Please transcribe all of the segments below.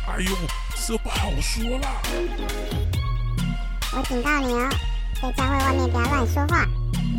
哎呦，这不好说啦。 我警告你哦，在教会外面不要乱说话。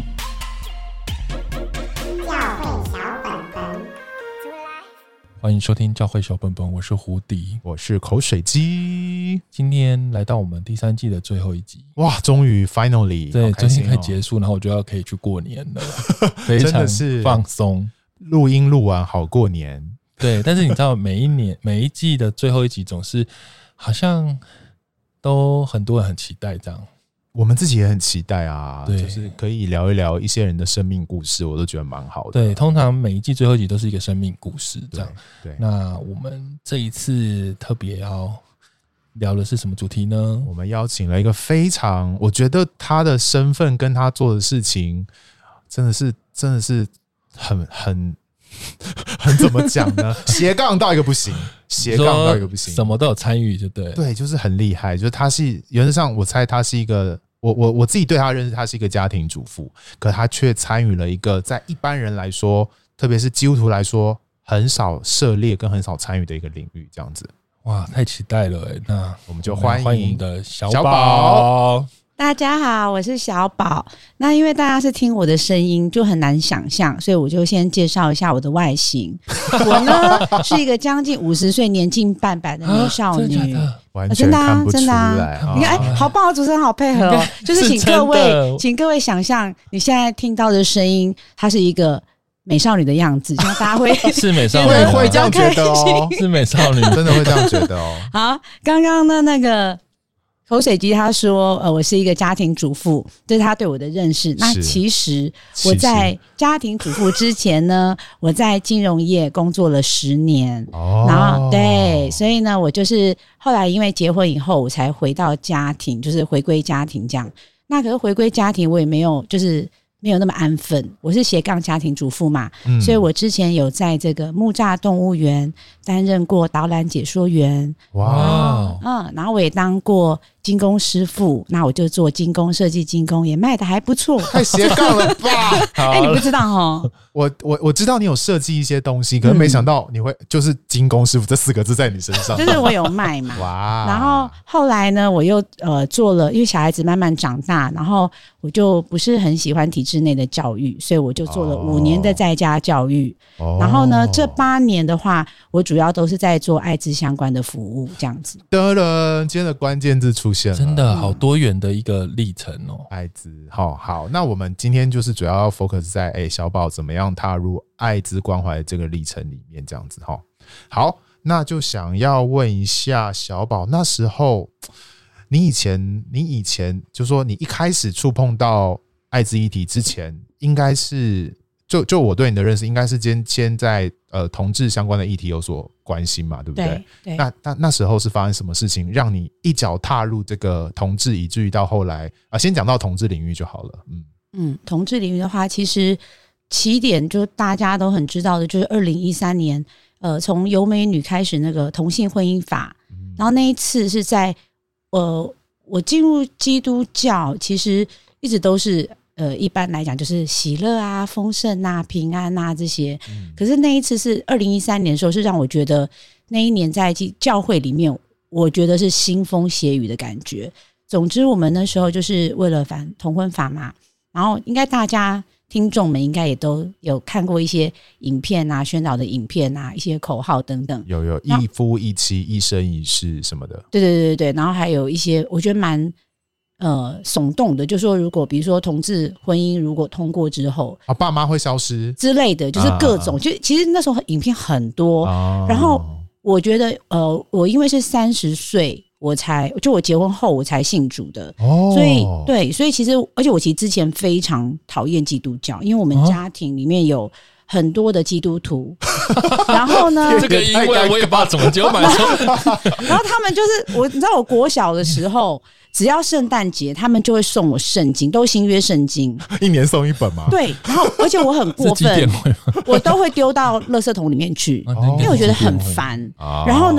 教会小本本， 欢迎收听教会小本本，我是胡迪， 我是口水鸡。 今天来到我们第3季的最后一集， 哇，终于 finally， 对，最近可以束， 结束，然后我就要可以去过年了，非常放松。 录音录完好过年， 对，但是你知道每一季的最后一集总是好像都很多人很期待这样。 我们自己也很期待啊， 对， 就是可以聊一聊一些人的生命故事，我都觉得蛮好的。 对，通常每一季最后一集都是一个生命故事这样。 对， 那我们这一次特别要聊的是什么主题呢？ 我们邀请了一个非常，我觉得他的身份跟他做的事情，真的是很怎么讲呢？斜杠到一个不行，斜杠到一个不行， 什么都有参与，就对。 对，就是很厉害。就是他是原则上，我猜他是一个，我自己对他认识，他是一个家庭主妇，可他却参与了一个在一般人来说，特别是基督徒来说，很少涉猎跟很少参与的一个领域，这样子。 哇，太期待了欸！那我们就欢迎的小宝。 大家好，我是小宝。那因为大家是听我的声音就很难想象，所以我就先介绍一下我的外形。我呢是一个将近50岁年近半百的美少女， 完全看不出来。 真的啊，你看，好棒，主持人好配合哦。就是请各位想象，你现在听到的声音，它是一个美少女的样子，这样大家会是美少女， 会这样觉得哦， 是美少女， 真的会这样觉得哦。 好，刚刚的那个口水鸡他说我是一个家庭主妇，这是他对我的认识。那其实我在家庭主妇之前呢，我在金融业工作了10年，然后对，所以呢我就是后来因为结婚以后我才回到家庭，就是回归家庭这样。那可是回归家庭我也没有那么安分，我是斜杠家庭主妇嘛，所以我之前有在这个木栅动物园担任过导览解说员， 哇， 然后我也当过精工师傅，那我就做精工设计，精工也卖得还不错。 太斜杠了吧？ 你不知道齁？ 我知道你有设计一些东西，可是没想到你会就是精工师傅这4个字在你身上， 就是我有卖嘛。 哇！ 然后后来呢，我又做了，因为小孩子慢慢长大，然后我就不是很喜欢体制内的教育，所以我就做了5年的在家教育。然后呢，这8年的话，我主要都是在做艾滋相关的服务，这样子。 得了，今天的关键字出现了， 真的好多元的一个历程哦。 艾滋，好，那我们今天就是主要 focus 在小宝怎么样踏入艾滋关怀这个历程里面，这样子齁。好，那就想要问一下小宝，那时候你以前就说你一开始触碰到艾滋议题之前，应该是就我对你的认识，应该是先在同志相关的议题有所关心嘛，对不对？ 对。 那时候是发生什么事情，让你一脚踏入这个同志，以至于到后来先讲到同志领域就好了。 同志领域的话，其实起点就大家都很知道的，就是2013年，从有美女开始那个同性婚姻法，然后那一次是在我进入基督教，其实一直都是一般来讲就是喜乐啊、丰盛啊、平安啊这些。可是那一次是2013年的时候，是让我觉得那一年在教会里面，我觉得是腥风血雨的感觉。总之，我们那时候就是为了反同婚法嘛，然后应该大家听众们应该也都有看过一些影片啊、宣导的影片啊、一些口号等等。 有一夫一妻、一生一世什么的。 对，然后还有一些我觉得蛮耸动的，就说如果比如说同志婚姻如果通过之后， 爸妈会消失之类的，就是各种，就其实那时候影片很多。然后我觉得我因为是30岁。我结婚后我才信主的，所以其实而且我其实之前非常讨厌基督教，因为我们家庭里面有很多的基督徒，然后呢， 这个因为我也不知道怎么结果买错， 然后他们就是你知道我国小的时候，只要圣诞节，他们就会送我圣经，都新约圣经 ，1年送1本嘛。 对，然后而且我很过分，我都会丢到垃圾桶里面去，因为我觉得很烦。然后呢，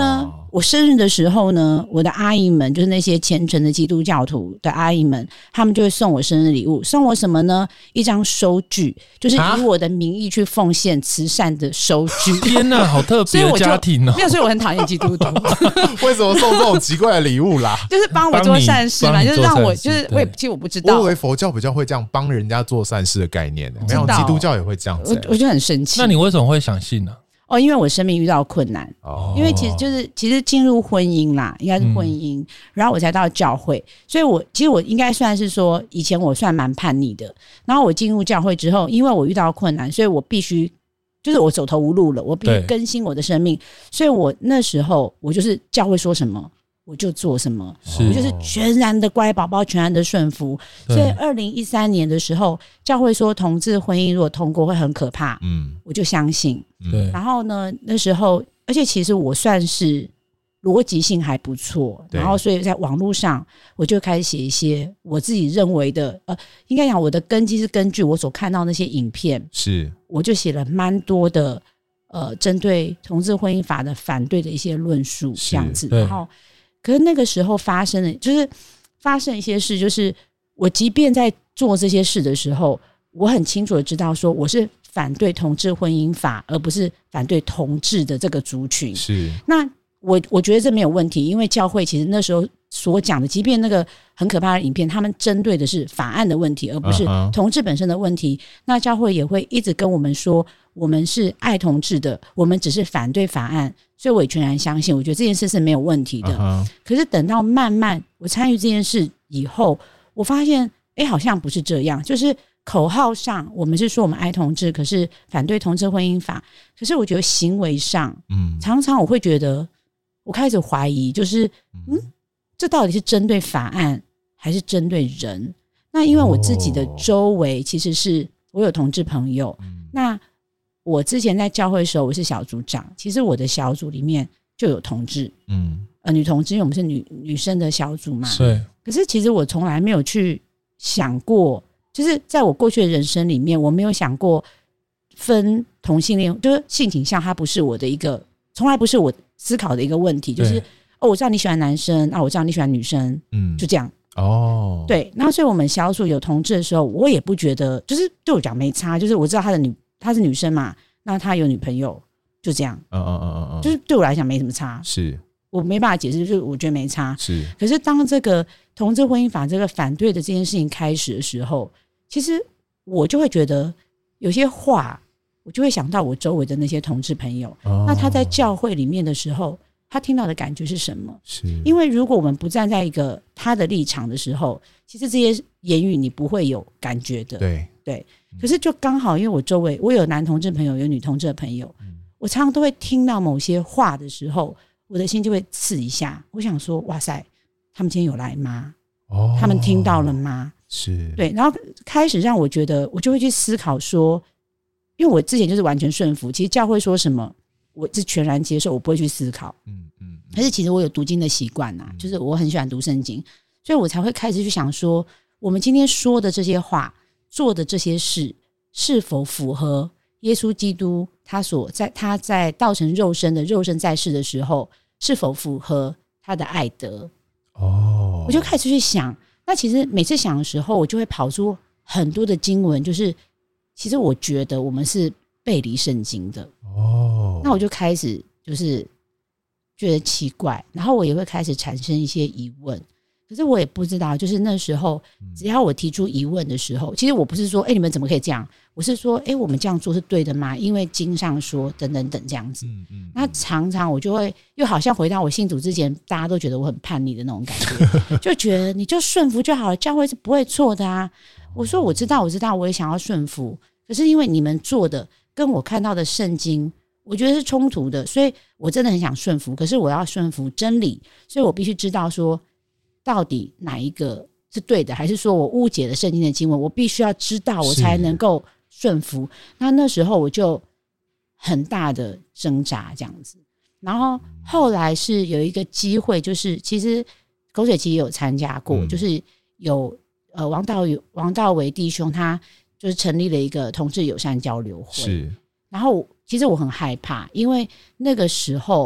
我生日的时候呢，我的阿姨们，就是那些虔诚的基督教徒的阿姨们，他们就会送我生日礼物。送我什么呢？一张收据，就是以我的名义去奉献慈善的收据。 天哪，好特别的家庭哦！ 没有，所以我很讨厌基督徒。 为什么送这种奇怪的礼物啦？ 就是帮我做善事嘛，就是让我就是其实我不知道， 我以为佛教比较会这样帮人家做善事的概念，没有基督教也会这样子。 我就很生气。 那你为什么会想信呢？ 因为我生命遇到困难，因为其实进入婚姻啦，应该是婚姻，然后我才到教会，所以其实我应该算是说，以前我算蛮叛逆的，然后我进入教会之后，因为我遇到困难，所以我必须就是我走投无路了，我必须更新我的生命，所以我那时候我就是教会说什么我就做什么，我就是全然的乖宝宝，全然的顺服。所以2013年的时候，教会说同志婚姻如果通过会很可怕，我就相信。 对， 然后呢，那时候，而且其实我算是逻辑性还不错，然后所以在网络上我就开始写一些我自己认为的，应该讲我的根基是根据我所看到那些影片， 是我就写了蛮多的针对同志婚姻法的反对的一些论述这样子，然后。可是那个时候发生一些事，就是我即便在做这些事的时候，我很清楚的知道说我是反对同志婚姻法，而不是反对同志的这个族群。 是， 那我觉得这没有问题，因为教会其实那时候所讲的，即便那个很可怕的影片，他们针对的是法案的问题，而不是同志本身的问题。那教会也会一直跟我们说，我们是爱同志的，我们只是反对法案。所以我也全然相信，我觉得这件事是没有问题的。可是等到慢慢我参与这件事以后，我发现好像不是这样，就是口号上我们是说我们爱同志，可是反对同志婚姻法，可是我觉得行为上常常我会觉得我开始怀疑，就是这到底是针对法案还是针对人？那因为我自己的周围其实是我有同志朋友，那我之前在教会的时候我是小组长，其实我的小组里面就有同志，女同志，因为我们是女生的小组嘛， 对。 可是其实我从来没有去想过，就是在我过去的人生里面，我没有想过分同性恋，就是性倾向，它不是我的一个，从来不是我思考的一个问题，就是我知道你喜欢男生，我知道你喜欢女生，就这样。对。那所以我们小组有同志的时候，我也不觉得，就是对我讲没差，就是我知道她是女生嘛，那她有女朋友，就这样。就是对我来讲没什么差， 是我没办法解释，就是我觉得没差。 是。 可是当这个同志婚姻法这个反对的这件事情开始的时候，其实我就会觉得有些话，我就会想到我周围的那些同志朋友，那他在教会里面的时候，他听到的感觉是什么？是因为如果我们不站在一个他的立场的时候，其实这些言语你不会有感觉的。对。可是就刚好，因为我周围我有男同志朋友，有女同志的朋友，我常常都会听到某些话的时候，我的心就会刺一下。我想说，哇塞，他们今天有来吗？他们听到了吗？ 是。对。 然后开始让我觉得，我就会去思考说，因为我之前就是完全顺服，其实教会说什么，我是全然接受，我不会去思考。可是其实我有读经的习惯啊，就是我很喜欢读圣经，所以我才会开始去想说，我们今天说的这些话，做的这些事，是否符合耶稣基督他在道成肉身在世的时候，是否符合他的爱德？我就开始去想。那其实每次想的时候，我就会跑出很多的经文，就是其实我觉得我们是背离圣经的。那我就开始就是觉得奇怪，然后我也会开始产生一些疑问。可是我也不知道，就是那时候只要我提出疑问的时候，其实我不是说你们怎么可以这样，我是说我们这样做是对的吗？因为经上说等等等这样子。那常常我就会又好像回到我信主之前，大家都觉得我很叛逆的那种感觉，就觉得你就顺服就好了，教会是不会错的啊。我说我知道，我也想要顺服，可是因为你们做的跟我看到的圣经我觉得是冲突的，所以我真的很想顺服，可是我要顺服真理，所以我必须知道说到底哪一个是对的，还是说我误解了圣经的经文，我必须要知道我才能够顺服。那时候我就很大的挣扎这样子。然后后来是有一个机会，就是其实狗水期也有参加过，就是有王道维弟兄他就是成立了一个同志友善交流会。是。然后其实我很害怕，因为那个时候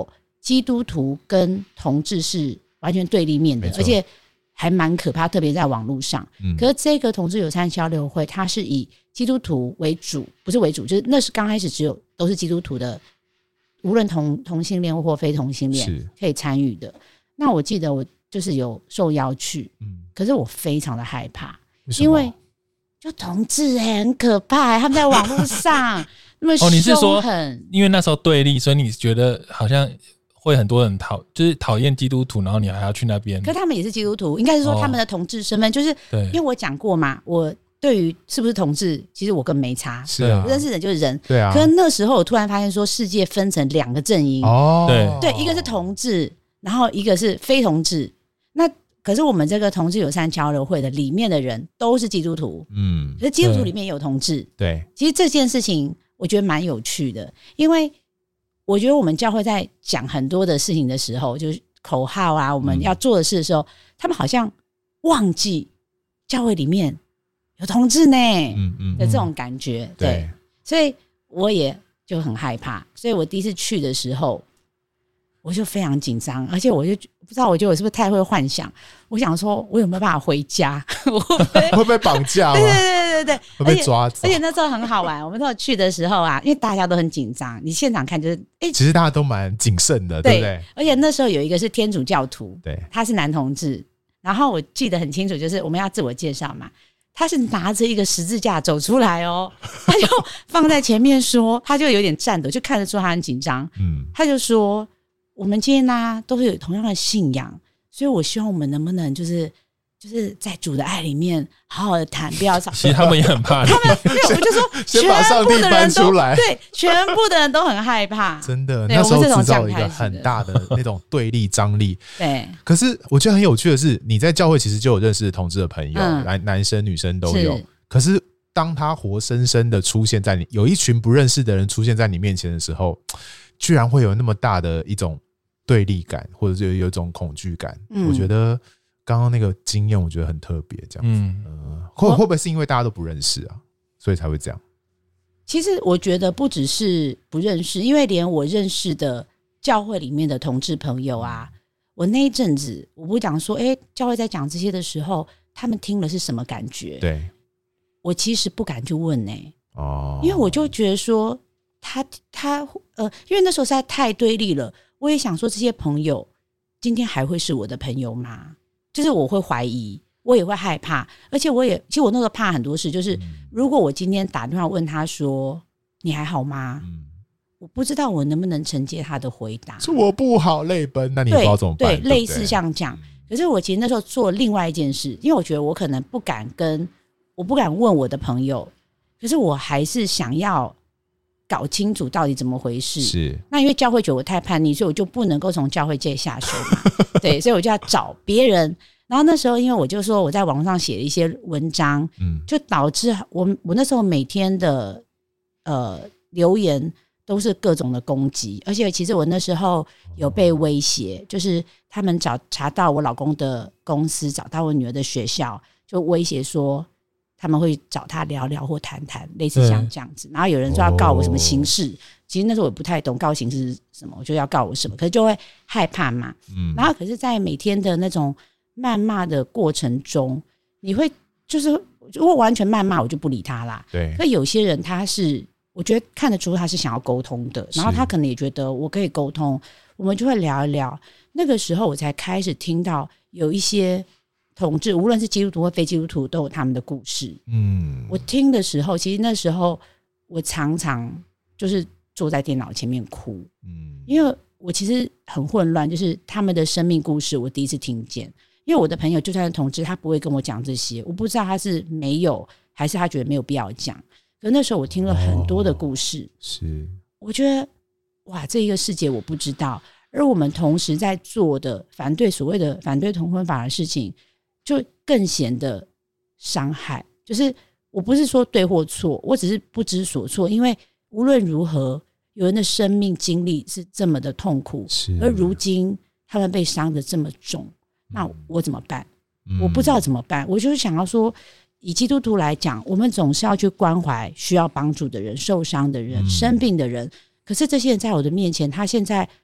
基督徒跟同志是完全对立面的，而且还蛮可怕，特别在网络上。可是这个同志友善交流会，它是以基督徒为主，不是为主，就是那是刚开始都是基督徒的，无论同性恋或非同性恋可以参与的。那我记得我就是有受邀去，可是我非常的害怕，因为就同志很可怕，他们在网络上那么凶狠。 你是说因为那时候对立，所以你觉得好像会很多人就是讨厌基督徒，然后你还要去那边？ 可他们也是基督徒，应该是说他们的同志身份，就是因为我讲过嘛，我对于是不是同志，其实我根本没差， 是啊， 认识人就是人， 对啊。 可是那时候我突然发现说，世界分成2个阵营，对，一个是同志，然后一个是非同志。那可是我们这个同志友善交流会的里面的人都是基督徒，可是基督徒里面也有同志， 对。 其实这件事情我觉得蛮有趣的，因为我觉得我们教会在讲很多的事情的时候，就是口号啊，我们要做的事的时候，他们好像忘记教会里面有同志呢，的这种感觉，对，所以我也就很害怕，所以我第一次去的时候，我就非常紧张，而且我就不知道，我觉得我是不是太会幻想，我想说我有没有办法回家， 会被绑架吗？ 对， 会被抓走。 而且那时候很好玩，我们那时候去的时候啊，因为大家都很紧张，你现场看就是其实大家都蛮谨慎的，对不对？ 而且那时候有一个是天主教徒， 对， 他是男同志，然后我记得很清楚，就是我们要自我介绍嘛，他是拿着一个十字架走出来哦，他就放在前面说，他就有点颤抖，就看得出他很紧张，他就说我们今天呢都是有同样的信仰，所以我希望我们能不能就是在主的爱里面好好的谈，不要吵。 其实他们也很怕， 他们对，我就说先把上帝搬出来， 对，全部的人都很害怕， 真的，那时候制造一个很大的那种对立张力。 对， 可是我觉得很有趣的是，你在教会其实就有认识同志的朋友，男生女生都有。可是当他活生生的出现在有一群不认识的人出现在你面前的时候，居然会有那么大的一种对立感，或者是有一种恐惧感。我觉得刚刚那个经验我觉得很特别，这样子。会不会是因为大家都不认识啊，所以才会这样？ 其实我觉得不只是不认识，因为连我认识的教会里面的同志朋友啊，我那一阵子我不讲说教会在讲这些的时候他们听了是什么感觉， 对， 我其实不敢去问因为我就觉得说他因为那时候实在太对立了，我也想说这些朋友今天还会是我的朋友吗？就是我会怀疑，我也会害怕，而且其实我那时候怕很多事，就是如果我今天打电话问他说你还好吗，我不知道我能不能承接他的回答， 是我不好泪奔，那你也不知道怎么办，对， 类似像这样。可是我其实那时候做另外一件事，因为我觉得我可能不敢问我的朋友，可是我还是想要搞清楚到底怎么回事。 是， 那因为教会觉得我太叛逆，所以我就不能够从教会界下手嘛对，所以我就要找别人。然后那时候因为我就说我在网络上写了一些文章，就导致我那时候每天的留言都是各种的攻击，而且其实我那时候有被威胁，就是他们查到我老公的公司，找到我女儿的学校，就威胁说他们会找他聊聊或谈谈，类似像这样子。然后有人说要告我什么刑事，其实那时候我不太懂告刑事是什么，我就要告我什么，可是就会害怕嘛。然后可是在每天的那种谩骂的过程中，你会就是如果完全谩骂我就不理他啦， 对。 可有些人他是我觉得看得出他是想要沟通的，然后他可能也觉得我可以沟通，我们就会聊一聊。那个时候我才开始听到有一些同志，无论是基督徒或非基督徒，都有他们的故事。我听的时候，其实那时候我常常就是坐在电脑前面哭，因为我其实很混乱，就是他们的生命故事我第一次听见。因为我的朋友就算是同志，他不会跟我讲这些，我不知道他是没有还是他觉得没有必要讲。可那时候我听了很多的故事， 是我觉得哇，这一个世界我不知道，而我们同时在做的所谓的反对同婚法的事情，就更显得伤害。就是我不是说对或错，我只是不知所措，因为无论如何，有人的生命经历是这么的痛苦，而如今他们被伤得这么重，那我怎么办？我不知道怎么办。我就是想要说，以基督徒来讲，我们总是要去关怀需要帮助的人、受伤的人、生病的人。可是这些人在我的面前，他现在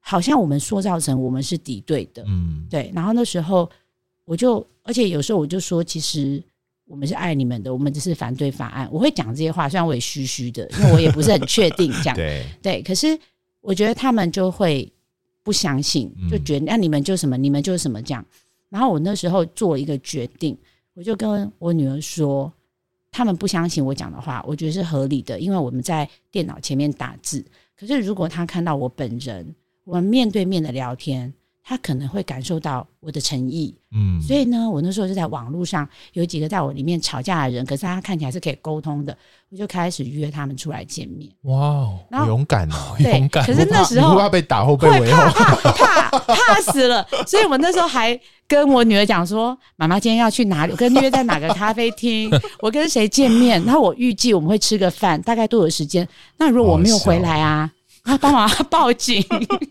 好像我们塑造成我们是敌对的，对。然后那时候而且有时候我就说，其实我们是爱你们的，我们只是反对法案。我会讲这些话，虽然我也虚虚的，因为我也不是很确定这样。对，可是我觉得他们就会不相信，就觉得那你们就什么，你们就什么这样。然后我那时候做一个决定，我就跟我女儿说，他们不相信我讲的话，我觉得是合理的，因为我们在电脑前面打字。可是如果他看到我本人，我们面对面的聊天，他可能会感受到我的诚意。所以呢，我那时候就在网络上有几个在我里面吵架的人，可是他看起来是可以沟通的，我就开始约他们出来见面。 哇， 好勇敢哦！ 勇敢。 可是那时候你会怕被打或被围殴？ 怕死了。所以我那时候还跟我女儿讲说，妈妈今天要去哪里，我跟约在哪个咖啡厅，我跟谁见面，然后我预计我们会吃个饭，大概多久时间。那如果我没有回来啊，他帮忙报警。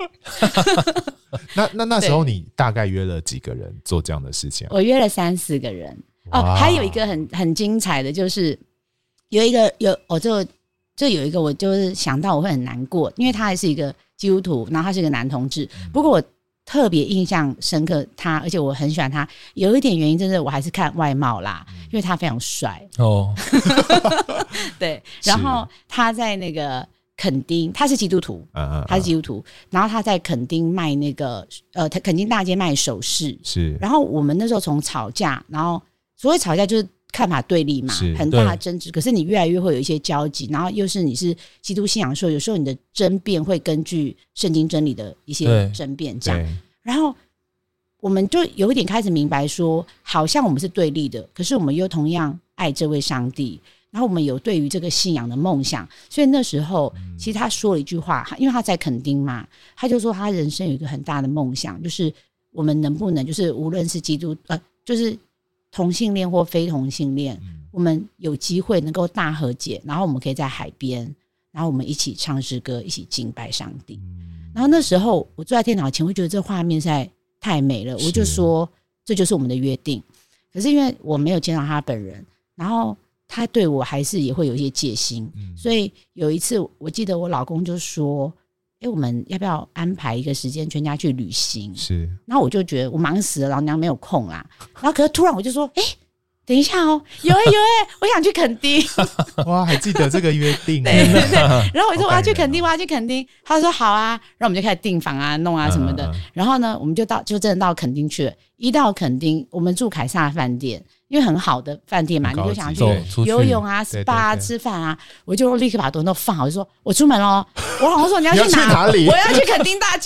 那时候你大概约了几个人做这样的事情？ 我约了3-4个人。还有一个很精彩的，就是有一个就有一个我就是想到我会很难过，因为他还是一个基督徒，然后他是一个男同志。不过我特别印象深刻他，而且我很喜欢他。有一点原因真的我还是看外貌啦，因为他非常帅哦。对，然后他在那个垦丁，他是基督徒，他是基督徒，然后他在垦丁卖那个垦丁大街卖首饰， 是。 然后我们那时候从吵架，然后所谓吵架就是看法对立嘛，很大的争执。可是你越来越会有一些交集，然后又是你是基督信仰的时候，有时候你的争辩会根据圣经真理的一些争辩这样。然后我们就有一点开始明白说，好像我们是对立的，可是我们又同样爱这位上帝。然后我们有对于这个信仰的梦想，所以那时候其实他说了一句话，因为他在垦丁嘛，他就说他人生有一个很大的梦想，就是我们能不能就是无论是就是同性恋或非同性恋，我们有机会能够大和解，然后我们可以在海边，然后我们一起唱诗歌，一起敬拜上帝。然后那时候我坐在电脑前，我觉得这画面实在太美了，我就说这就是我们的约定。可是因为我没有见到他本人，然后他对我还是也会有一些戒心，所以有一次我记得我老公就说我们要不要安排一个时间全家去旅行？是。然后我就觉得我忙死了，老娘没有空啦。然后可是突然我就说等一下哦，有我想去垦丁。 哇，还记得这个约定。 对。然后我说我要去垦丁，我要去垦丁。他说好啊，然后我们就开始订房啊、弄啊什么的。然后呢，我们就真的到垦丁去了。一到垦丁，我们住凯撒饭店，因为很好的饭店嘛，你就想去游泳啊、SPA 啊、吃饭啊。我就立刻把东西都放好，就说我出门咯。我老公说你要去哪里？我要去垦丁大街。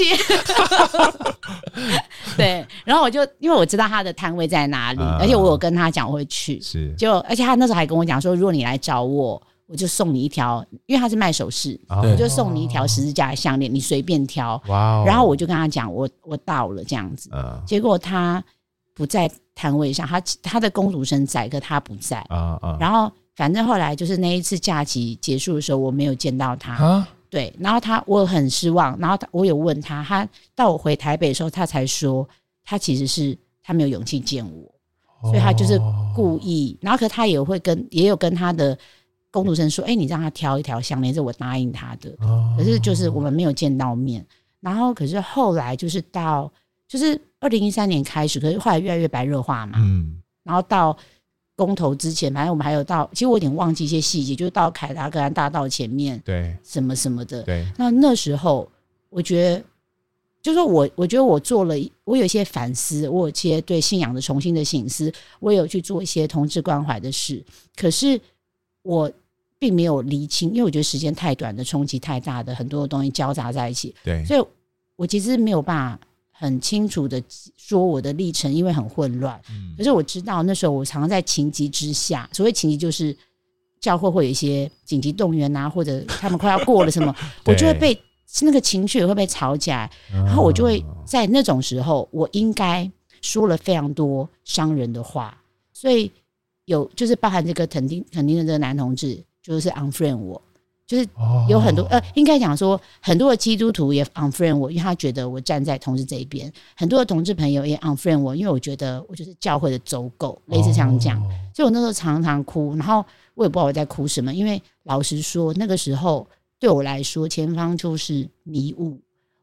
对，然后我就因为我知道他的摊位在哪里，而且我有跟他讲我会去，而且他那时候还跟我讲说，如果你来找我，我就送你一条，因为他是卖首饰，我就送你一条十字架的项链，你随便挑。然后我就跟他讲，我到了这样子。结果他不在摊位上，他的工读生在，可他不在。然后反正后来就是那一次假期结束的时候，我没有见到他。对，然后我很失望，然后我有问他，他到我回台北的时候，他才说他其实是他没有勇气见我，所以他就是故意。然后可他也有跟他的工读生说，你让他挑一条项链，这我答应他的。可是就是我们没有见到面。然后可是后来就是就是2013年开始，可是后来越来越白热化嘛。然后到公投之前，反正我们还有其实我有点忘记一些细节，就是到凯达格兰大道前面，对，什么什么的。对，那时候我觉得，就是我觉得我做了，我有一些反思，我有一些对信仰的重新的省思，我有去做一些同志关怀的事，可是我并没有厘清，因为我觉得时间太短的冲击太大的，很多的东西交杂在一起，对，所以我其实没有办法很清楚的说我的历程，因为很混乱。可是我知道那时候我常常在情急之下，所谓情急就是教会会有一些紧急动员啊，或者他们快要过了什么，我就会被那个情绪也会被吵起来，然后我就会在那种时候，我应该说了非常多伤人的话，所以就是包含这个肯定的这个男同志，就是 unfriend 我。就是有很多应该讲说很多的基督徒也 unfriend 我，因为他觉得我站在同志这一边，很多的同志朋友也 unfriend 我，因为我觉得我就是教会的走狗，类似这样讲。所以我那时候常常哭，然后我也不知道我在哭什么，因为老实说那个时候对我来说前方就是迷雾，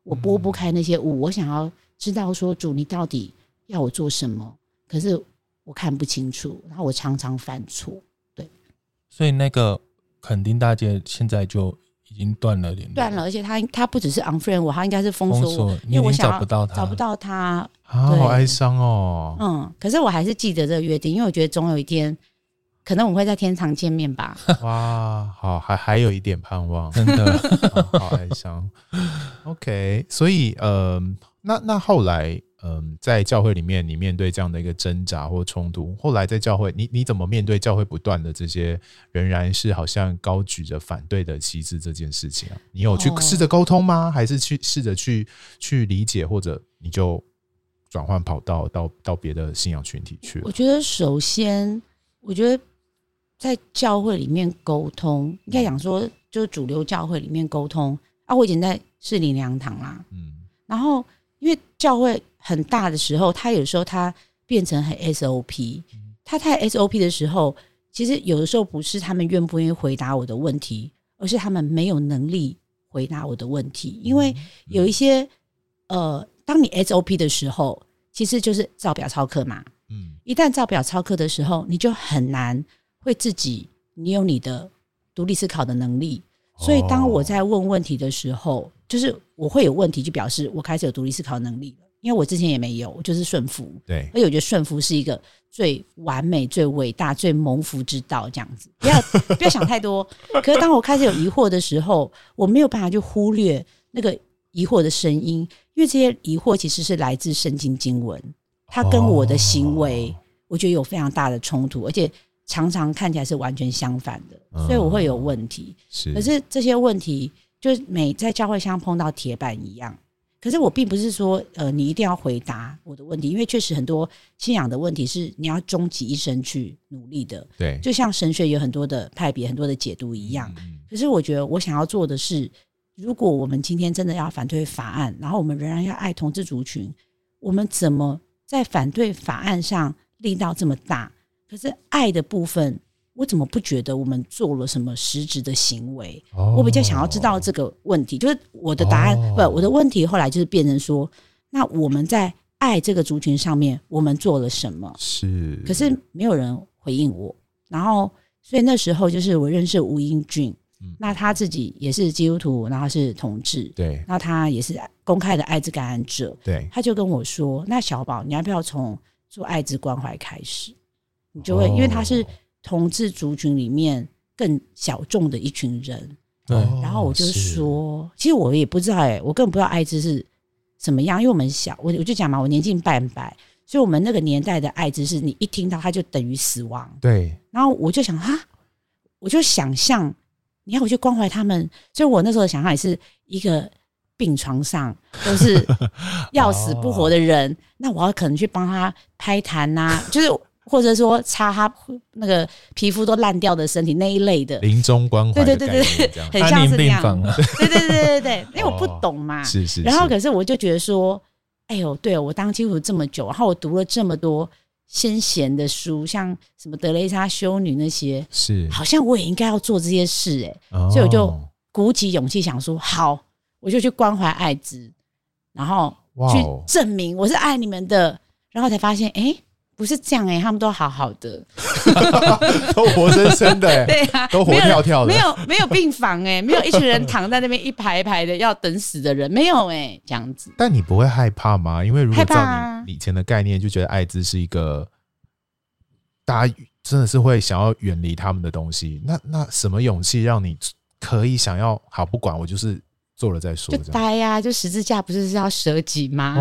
我拨不开那些雾，我想要知道说主你到底要我做什么，可是我看不清楚，然后我常常犯错。对， 所以那个垦丁大街现在就已经断了联络， 断了，而且他不只是 unfriend 我，他应该是封锁我， 你已经因为我想找不到他， 找不到他啊，好哀伤哦。 可是我还是记得这个约定，因为我觉得总有一天可能我们会在天堂见面吧。 哇，好，还有一点盼望， 真的好哀伤。OK， 所以那后来在教会里面，你面对这样的一个挣扎或冲突，后来在教会，你怎么面对教会不断的这些仍然是好像高举着反对的旗帜这件事情啊？你有去试着沟通吗？还是去试着去理解，或者你就转换跑道到别的信仰群体去了？ 我觉得首先，我觉得在教会里面沟通，应该讲说，就是主流教会里面沟通啊。我以前在士林良堂啦，然后因为教会很大的时候，他有时候他变成很 SOP，他太 SOP 的时候，其实有的时候不是他们愿不愿意回答我的问题，而是他们没有能力回答我的问题。因为有一些当你 SOP 的时候，其实就是照表操课嘛。一旦照表操课的时候，你就很难会自己，你有你的独立思考的能力。所以当我在问问题的时候，就是我会有问题，就表示我开始有独立思考能力了。因为我之前也没有，我就是顺服。 对， 而且我觉得顺服是一个最完美、最伟大、最蒙福之道，这样子。不要想太多。可是当我开始有疑惑的时候，我没有办法去忽略那个疑惑的声音，因为这些疑惑其实是来自圣经经文，它跟我的行为，我觉得有非常大的冲突，而且常常看起来是完全相反的，所以我会有问题。可是这些问题，就是在教会像碰到铁板一样。可是我并不是说你一定要回答我的问题，因为确实很多信仰的问题是你要终其一生去努力的。 对， 就像神学有很多的派别、很多的解读一样。可是我觉得我想要做的是，如果我们今天真的要反对法案，然后我们仍然要爱同志族群，我们怎么在反对法案上力道这么大？可是爱的部分，我怎么不觉得我们做了什么实质的行为？我比较想要知道这个问题，就是我的答案我的问题后来就是变成说，那我们在爱这个族群上面，我们做了什么？ 是， 可是没有人回应我。然后，所以那时候就是我认识吴英俊，那他自己也是基督徒，然后是同志， 对， 那他也是公开的艾滋感染者， 对， 他就跟我说：“那小宝，你要不要从做艾滋关怀开始？你就会，因为他是同志族群里面更小众的一群人。” 对， 然后我就说，其实我也不知道我根本不知道艾滋是什么样，因为我们小，我就讲嘛，我年近半百，所以我们那个年代的艾滋是你一听到它就等于死亡。 对， 然后我就想我就想象你要我去关怀他们，所以我那时候的想象也是一个病床上都是要死不活的人，那我要可能去帮他拍痰啊，就是或者说擦他那个皮肤都烂掉的身体那一类的临终关怀的概念， 对，很像是那样。 安宁病房啊， 对，因为我不懂嘛， 是。 然后可是我就觉得说，哎呦，对我当基督徒这么久，然后我读了这么多先贤的书，像什么德蕾莎修女那些， 是好像我也应该要做这些事所以我就鼓起勇气想说，好，我就去关怀艾滋，然后去证明我是爱你们的，然后才发现，不是这样他们都好好的， 都活生生的对啊， 都活跳跳的， 没有病房没有一群人躺在那边一排一排的要等死的人，没有这样子。 但你不会害怕吗？因为如果照你以前的概念，就觉得艾滋是一个大家真的是会想要远离他们的东西。那什么勇气让你可以想要好不管我就是做了再说， 就呆啊，就十字架不是要舍己吗？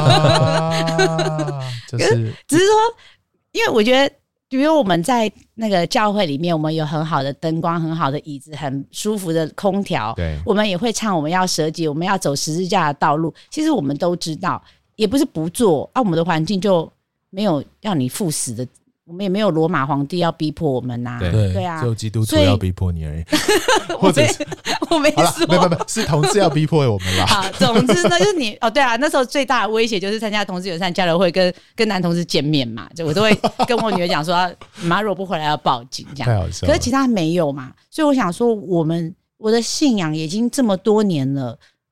就是只是说，因为我觉得，比如我们在那个教会里面，我们有很好的灯光、很好的椅子、很舒服的空调， 对， 我们也会唱我们要舍己，我们要走十字架的道路。其实我们都知道，也不是不做我们的环境就没有要你赴死的。我们也没有罗马皇帝要逼迫我们对啊， 只有基督徒要逼迫你而已，或者是我没说， 没，是同志要逼迫我们啦。 好，总之呢，就是你对啊，那时候最大的威胁就是参加同志友善交流会，跟男同志见面嘛，就我都会跟我女儿讲说，妈如果不回来要报警这样。 太好笑了。 可是其他没有嘛，所以我想说，我的信仰已经这么多年了，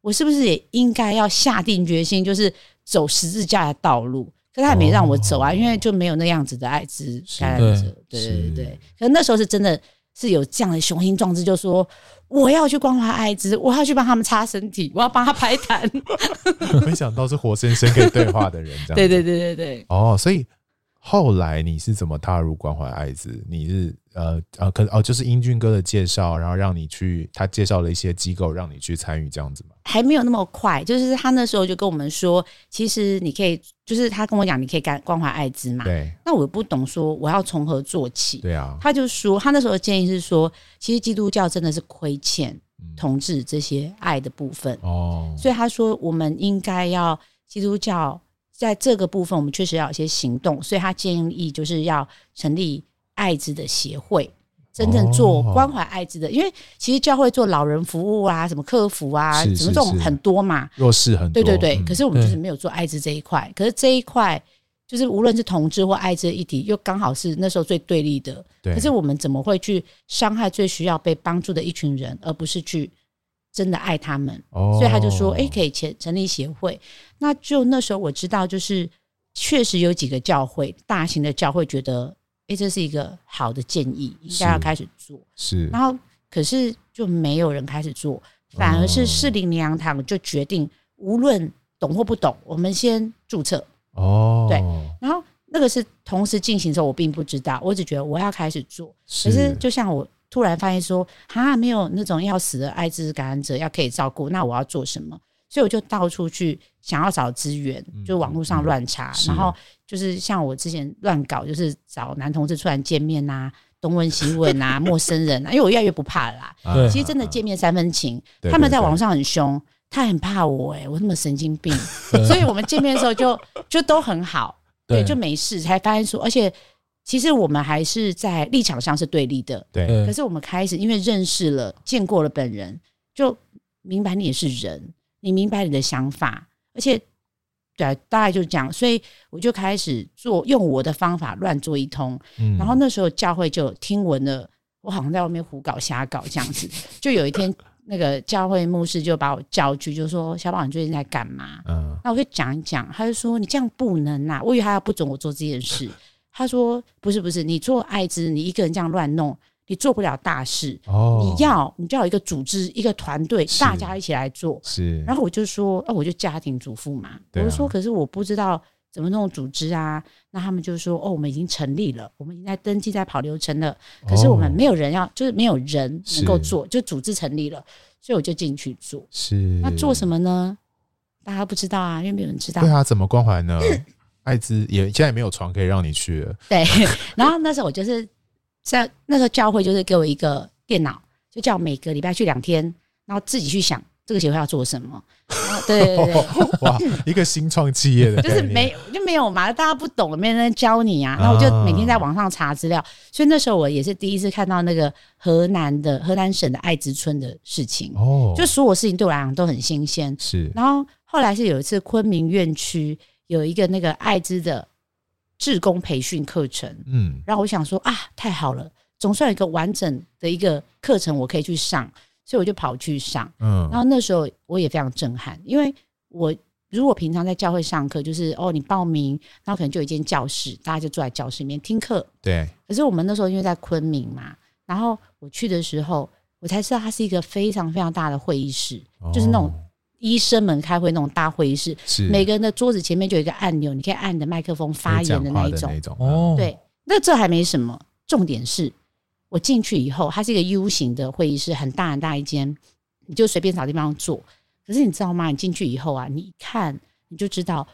我是不是也应该要下定决心，就是走十字架的道路？可是他也没让我走啊，因为就没有那样子的艾滋感染者。对。可是那时候是真的是有这样的雄心壮志，就说我要去关怀艾滋，我要去帮他们擦身体，我要帮他排痰。 没想到是活生生可以对话的人，这样。 对。 哦，所以后来你是怎么踏入关怀艾滋？你是就是英俊哥的介绍，然后让你去，他介绍了一些机构让你去参与这样子吗？ 还没有那么快，就是他那时候就跟我们说，其实你可以，就是他跟我讲你可以关怀艾滋嘛。 对。 那我不懂说我要从何做起。 对啊。 他就说他那时候的建议是说，其实基督教真的是亏欠同志这些爱的部分。所以他说我们应该要基督教在这个部分我们确实要有一些行动，所以他建议就是要成立艾滋的协会，真正做关怀艾滋的。因为其实教会做老人服务啊，什么客服啊，什么这种很多嘛， 弱势很多。 对。可是我们就是没有做艾滋这一块。可是这一块就是无论是同志或艾滋的议题，又刚好是那时候最对立的。可是我们怎么会去伤害最需要被帮助的一群人，而不是去真的爱他们？所以他就说可以成立协会。那就那时候我知道，就是确实有几个教会，大型的教会觉得这是一个好的建议，应该要开始做。是。然后可是就没有人开始做，反而是士林灵粮堂就决定无论懂或不懂，我们先注册。对。然后那个是同时进行的时候，我并不知道，我只觉得我要开始做。可是就像我突然发现说没有那种要死的艾滋感染者要可以照顾，那我要做什么？所以我就到处去想要找资源，就网络上乱查，然后就是像我之前乱搞，就是找男同志出来见面啊，东问西问啊，陌生人啊，因为我越来越不怕了啦。其实真的见面三分情，他们在网上很凶，他很怕我我那么神经病，所以我们见面的时候就都很好，对，就没事。才发现说，而且其实我们还是在立场上是对立的，对。可是我们开始因为认识了、见过了本人，就明白你也是人。你明白你的想法，而且对，大概就是这样，所以我就开始用我的方法乱做一通。然后那时候教会就听闻了，我好像在外面胡搞瞎搞这样子。就有一天，那个教会牧师就把我叫去，就说：“小宝，你最近在干嘛？”那我就讲一讲，他就说：“你这样不能啊！”我以为他要不准我做这件事。他说：“不是，你做艾滋，你一个人这样乱弄。”你做不了大事，你就要有一个组织、一个团队，大家一起来做。然后我就说，我就家庭主妇嘛，我就说，可是我不知道怎么弄组织啊。那他们就说，我们已经成立了，我们已经在登记、在跑流程了。可是我们没有人就是没有人能够做，就组织成立了，所以我就进去做。那做什么呢？大家不知道啊，因为没有人知道。 对啊，怎么关怀呢？艾滋现在也没有床可以让你去了。 对，然后那时候我就是在那时候教会就是给我一个电脑，就叫我每个礼拜去2天，然后自己去想这个协会要做什么。对， 哇，一个新创企业的就是没有嘛，大家不懂，没人教你啊。然后我就每天在网上查资料，所以那时候我也是第一次看到那个河南省的艾滋村的事情。就所有事情对我来讲都很新鲜。然后后来是有一次昆明院区有一个那个艾滋的志工培训课程，然后我想说太好了，总算有一个完整的一个课程我可以去上，所以我就跑去上。然后那时候我也非常震撼，因为我如果平常在教会上课，就是你报名，然后可能就有一间教室，大家就坐在教室里面听课。对。可是我们那时候因为在昆明嘛，然后我去的时候，我才知道它是一个非常非常大的会议室，就是那种医生们开会那种大会议室，每个人的桌子前面就有一个按钮，你可以按你的麦克风发言的那一种。对，那这还没什么，重点是我进去以后，它是一个 U 型的会议室，很大很大一间，你就随便找地方坐。可是你知道吗？你进去以后啊，你一看你就知道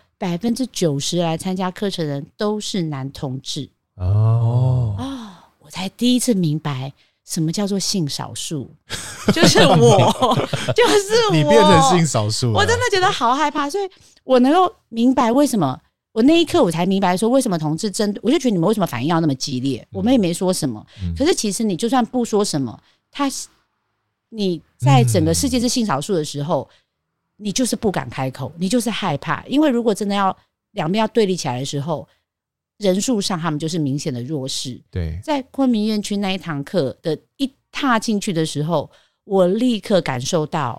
90%来参加课程的人都是男同志。我才第一次明白什么叫做性少数，就是我， 你变成性少数了， 我真的觉得好害怕，所以我能够明白为什么，我那一刻我才明白说为什么同志我就觉得你们为什么反应要那么激烈，我们也没说什么，可是其实你就算不说什么，你在整个世界是性少数的时候，你就是不敢开口，你就是害怕，因为如果真的要两边要对立起来的时候，人数上他们就是明显的弱势。对，在昆明院区那一堂课的一踏进去的时候，我立刻感受到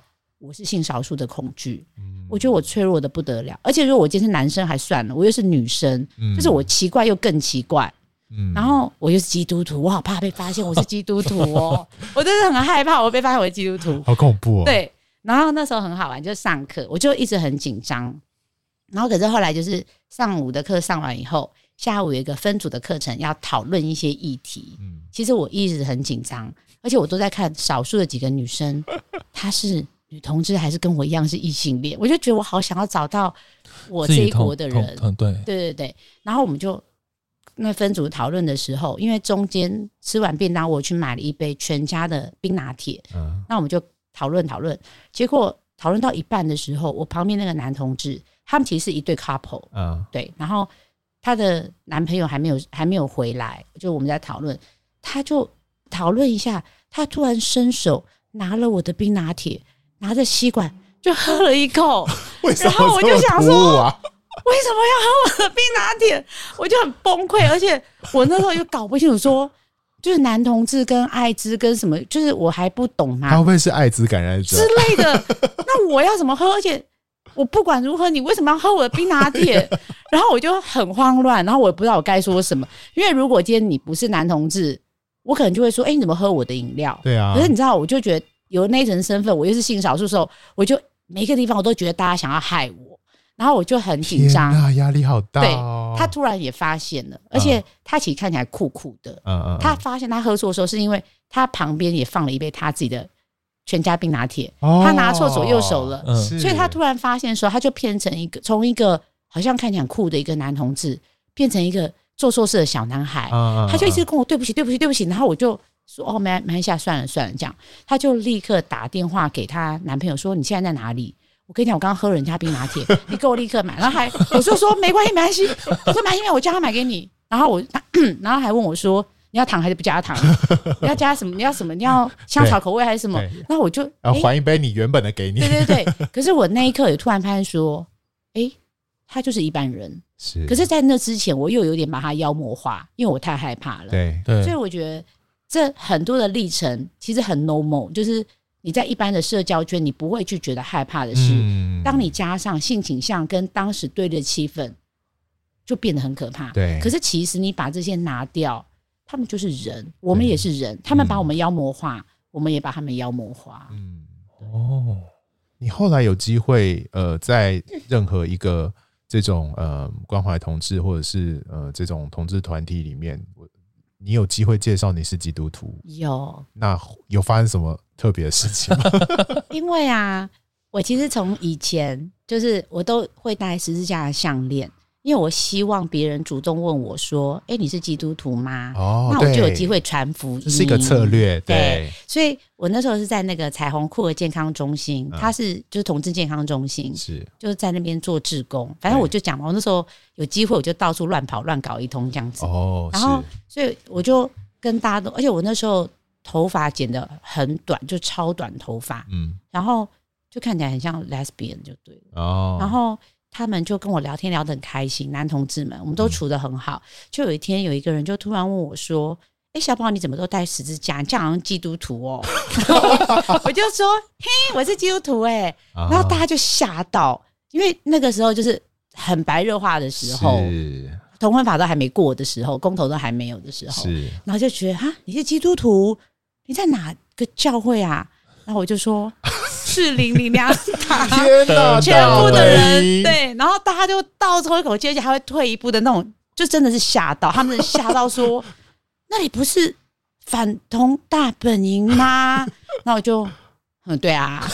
我是性少数的恐惧，我觉得我脆弱的不得了，而且如果我今天是男生还算了，我又是女生，就是我奇怪又更奇怪。然后我又是基督徒，我好怕被发现我是基督徒哦，我真的很害怕我被发现我是基督徒， 好恐怖哦。 对，然后那时候很好玩，就上课我就一直很紧张，然后可是后来就是上午的课上完以后，下午有一个分组的课程要讨论一些议题，其实我一直很紧张，而且我都在看少数的几个女生，她是女同志还是跟我一样是异性恋，我就觉得我好想要找到我这一国的人，对，然后我们就那分组讨论的时候，因为中间吃完便当，我去买了一杯全家的冰拿铁，那我们就讨论，结果讨论到一半的时候，我旁边那个男同志，他们其实是一对 couple，对，然后他的男朋友还没有回来，就我们在讨论，他就讨论一下，他突然伸手拿了我的冰拿铁，拿着吸管就喝了一口，然后我就想说。为什么要喝我的冰拿铁？我就很崩溃，而且我那时候又搞不清楚说，就是男同志跟艾滋跟什么，就是我还不懂嘛， 他会不会是艾滋感染者之类的？那我要怎么喝？而且我不管如何，你为什么要喝我的冰拿铁？然后我就很慌乱，然后我也不知道我该说什么，因为如果今天你不是男同志，我可能就会说，你怎么喝我的饮料？ 对啊。 可是你知道，我就觉得有那一层身份，我又是性少数的时候，我就每一个地方我都觉得大家想要害我。然后我就很紧张， 压力好大哦。对，他突然也发现了，而且他其实看起来酷酷的。他发现他喝错的时候，是因为他旁边也放了一杯他自己的全家冰拿铁，他拿错左右手了，所以他突然发现的时候，他就变成从一个好像看起来很酷的一个男同志，变成一个做错事的小男孩。他就一直跟我对不起，然后我就说没关系，算了这样，他就立刻打电话给他男朋友说：“你现在在哪里？”我跟你讲，我刚刚喝人家冰拿铁，你给我立刻买。然后我就说没关系，我说没关系，我叫他买给你。然后然后还问我说，你要糖还是不加糖？你要加什么？你要什么？你要香草口味还是什么？然后我就还一杯你原本的给你。 对。可是我那一刻也突然发现说，他就是一般人。可是在那之前，我又有点把他妖魔化，因为我太害怕了。 对， 所以我觉得这很多的历程其实很 normal， 就是你在一般的社交圈，你不会去觉得害怕的事，当你加上性倾向跟当时对立的气氛，就变得很可怕。 对， 可是其实你把这些拿掉，他们就是人，我们也是人，他们把我们妖魔化，我们也把他们妖魔化。 你后来有机会在任何一个这种关怀同志或者是这种同志团体里面，你有机会介绍你是基督徒？ 有。 那有发生什么特别的事情吗？ 因为我其实从以前就是我都会戴十字架的项链，因为我希望别人主动问我说：“你是基督徒吗？”那我就有机会传福音， 这是一个策略。对， 所以我那时候是在那个彩虹酷儿健康中心，它是就是同志健康中心，就是在那边做志工。反正我就讲嘛，我那时候有机会我就到处乱跑乱搞一通这样子。然后所以我就跟大家都，而且我那时候头发剪得很短，就超短头发，然后就看起来很像 lesbian 就对了。然后他们就跟我聊天聊得很开心，男同志们我们都处得很好。就有一天有一个人就突然问我说：“小宝你怎么都戴十字架？你这样好像基督徒哦。”我就说：“嘿，我是基督徒欸。”然后大家就吓到，因为那个时候就是很白热化的时候，同婚法都还没过的时候，公投都还没有的时候，然后就觉得你是基督徒，你在哪个教会啊？然后我就说士林灵粮堂， 天哪， 全部的人对，然后大家就倒抽一口气，而且还会退一步的那种，就真的是吓到，他们吓到说那里不是反同大本营吗？那我就对啊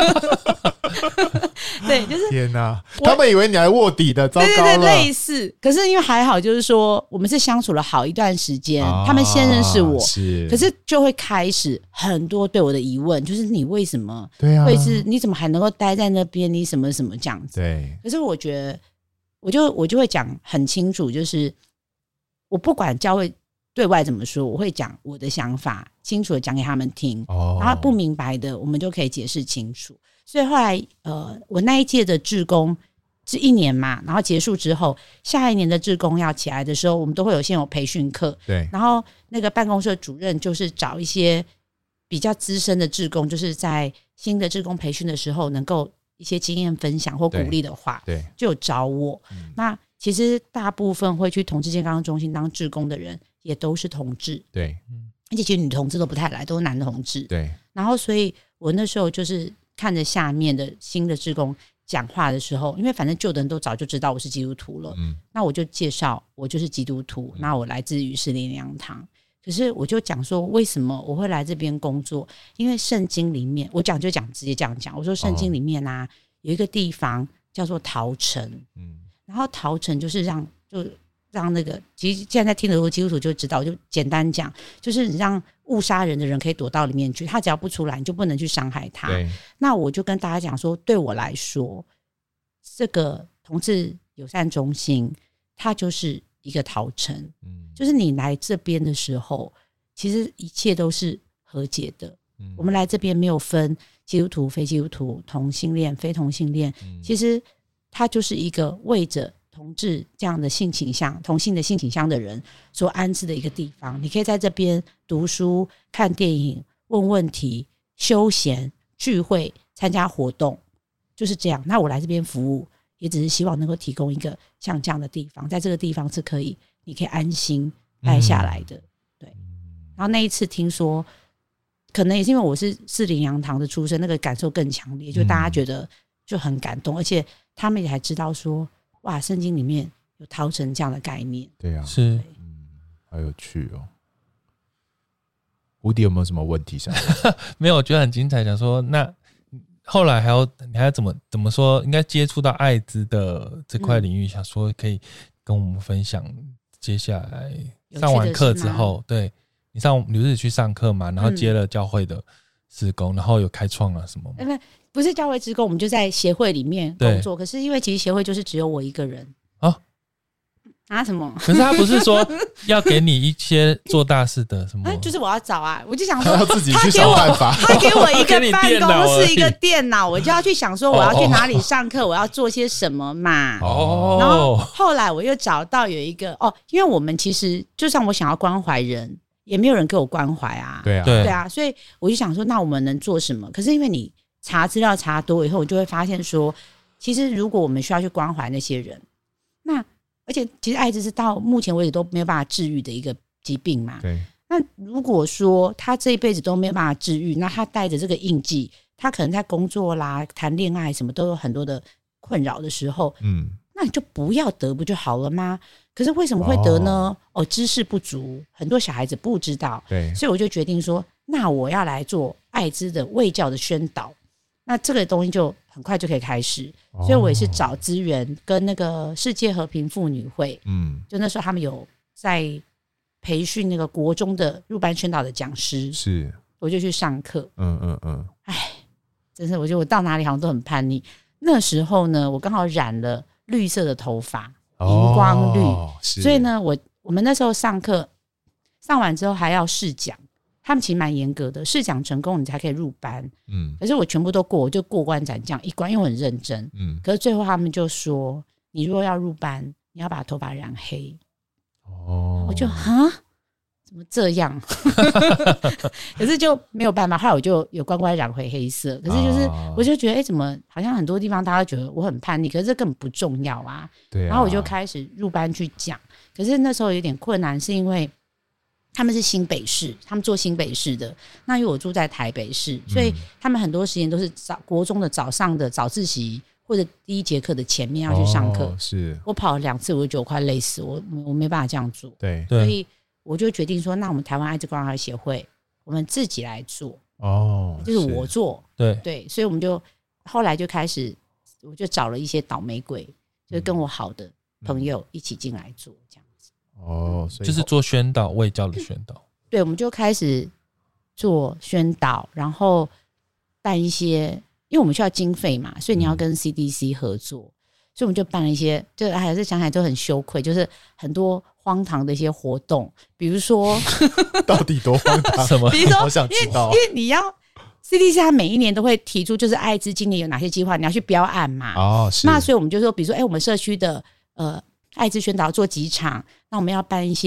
对，就是天哪，他们以为你还卧底的，糟糕了。 对，类似。可是因为还好，就是说我们是相处了好一段时间，他们先认识我，可是就会开始很多对我的疑问，就是你为什么会是你怎么还能够待在那边？你什么什么这样子？ 对。 可是我觉得，我就会讲很清楚，就是我不管教会对外怎么说，我会讲我的想法，清楚的讲给他们听，然后不明白的我们就可以解释清楚。所以后来我那一届的志工是1年嘛，然后结束之后，下一年的志工要起来的时候，我们都会先有培训课， 对， 然后那个办公室的主任就是找一些比较资深的志工，就是在新的志工培训的时候，能够一些经验分享或鼓励的话， 对， 就有找我。那其实大部分会去同志健康中心当志工的人，也都是同志， 对， 而且其实女同志都不太来，都是男同志。 对， 然后所以我那时候就是看着下面的新的志工讲话的时候，因为反正旧的人都早就知道我是基督徒了，那我就介绍我就是基督徒，那我来自于士林灵粮堂。可是我就讲说，为什么我会来这边工作？因为圣经里面，我直接这样讲，我说圣经里面啊，有一个地方叫做陶城，然后陶城就是让那个，其实现在听的基督徒就知道，就简单讲，就是你让误杀人的人可以躲到里面去，他只要不出来，你就不能去伤害他。那我就跟大家讲说，对我来说，这个同志友善中心，它就是一个陶城，就是你来这边的时候，其实一切都是和解的。我们来这边没有分基督徒、非基督徒、同性恋、非同性恋，其实它就是一个为着同志这样的性倾向、同性的性倾向的人所安置的一个地方。你可以在这边读书、看电影、问问题、休闲、聚会、参加活动，就是这样。那我来这边服务，也只是希望能够提供一个像这样的地方，在这个地方是可以，你可以安心待下来的。对。然后那一次听说，可能也是因为我是士林灵粮堂的出身，那个感受更强烈，就大家觉得就很感动，而且他们也还知道说，哇，圣经里面有陶城这样的概念。 对啊， 是， 好有趣哦。胡迪有没有什么问题想问？ 没有，我觉得很精彩。想说，那后来你还要怎么说？应该接触到艾滋的这块领域，想说可以跟我们分享。接下来上完课之后，对你是不是去上课嘛？然后接了教会的志工，然后有开创了什么吗？ 不是教会志工，我们就在协会里面工作。可是因为其实协会就是只有我一个人啊什么？ 可是他不是说要给你一些做大事的什么？ 就是我要找啊，我就想说他要自己去想办法。 他给我一个办公室，一个电脑，我就要去想说我要去哪里上课，我要做些什么嘛。然后后来我又找到有一个因为我们其实就算我想要关怀人，也没有人给我关怀啊。对啊，所以我就想说，那我们能做什么？可是因为你查资料查多以后，你就会发现说，其实如果我们需要去关怀那些人，那而且其实艾滋是到目前为止都没有办法治愈的一个疾病嘛。 对。 那如果说他这一辈子都没有办法治愈，那他带着这个印记，他可能在工作啦、谈恋爱什么都有很多的困扰的时候，那你就不要得不就好了吗？可是为什么会得呢？知识不足，很多小孩子不知道。 对。 所以我就决定说，那我要来做艾滋的卫教的宣导。那这个东西就很快就可以开始，所以我也是找资源跟那个世界和平妇女会，就那时候他们有在培训那个国中的入班宣导的讲师，是，我就去上课，真是我觉得我到哪里好像都很叛逆。那时候呢，我刚好染了绿色的头发，荧光绿，所以呢，我们那时候上课上完之后还要试讲。他们其实蛮严格的，试讲成功你才可以入班。可是我全部都过，我就过关斩将一关，因为我很认真。可是最后他们就说，你如果要入班，你要把头发染黑。我就怎么这样？可是就没有办法，后来我就有乖乖染回黑色。可是就是我就觉得，怎么好像很多地方大家觉得我很叛逆，可是这根本不重要啊。对啊。然后我就开始入班去讲，可是那时候有点困难，是因为他们是新北市，他们做新北市的，那因为我住在台北市，所以他们很多时间都是国中的早上的早自习或者第一节课的前面要去上课。是我跑了2次，我就觉得我快累死，我没办法这样做。对，所以我就决定说，那我们台湾艾滋关怀协会，我们自己来做。就是我做。对，所以我们就后来就开始，我就找了一些倒霉鬼，就跟我好的朋友一起进来做这样。 所以就是做宣导，卫教的宣导。对， 我们就开始做宣导，然后办一些，因为我们需要经费嘛，所以你要跟 CDC 合作，所以我们就办了一些，就还是想起来都很羞愧，就是很多荒唐的一些活动，比如说到底多荒唐？ 什么？比如说， 好想知道， 因为你要 CDC 它每一年都会提出，就是艾滋今年有哪些计划，你要去标案嘛。是。那所以我们就说，比如说，我们社区的艾滋宣导做几场，那我们要办一些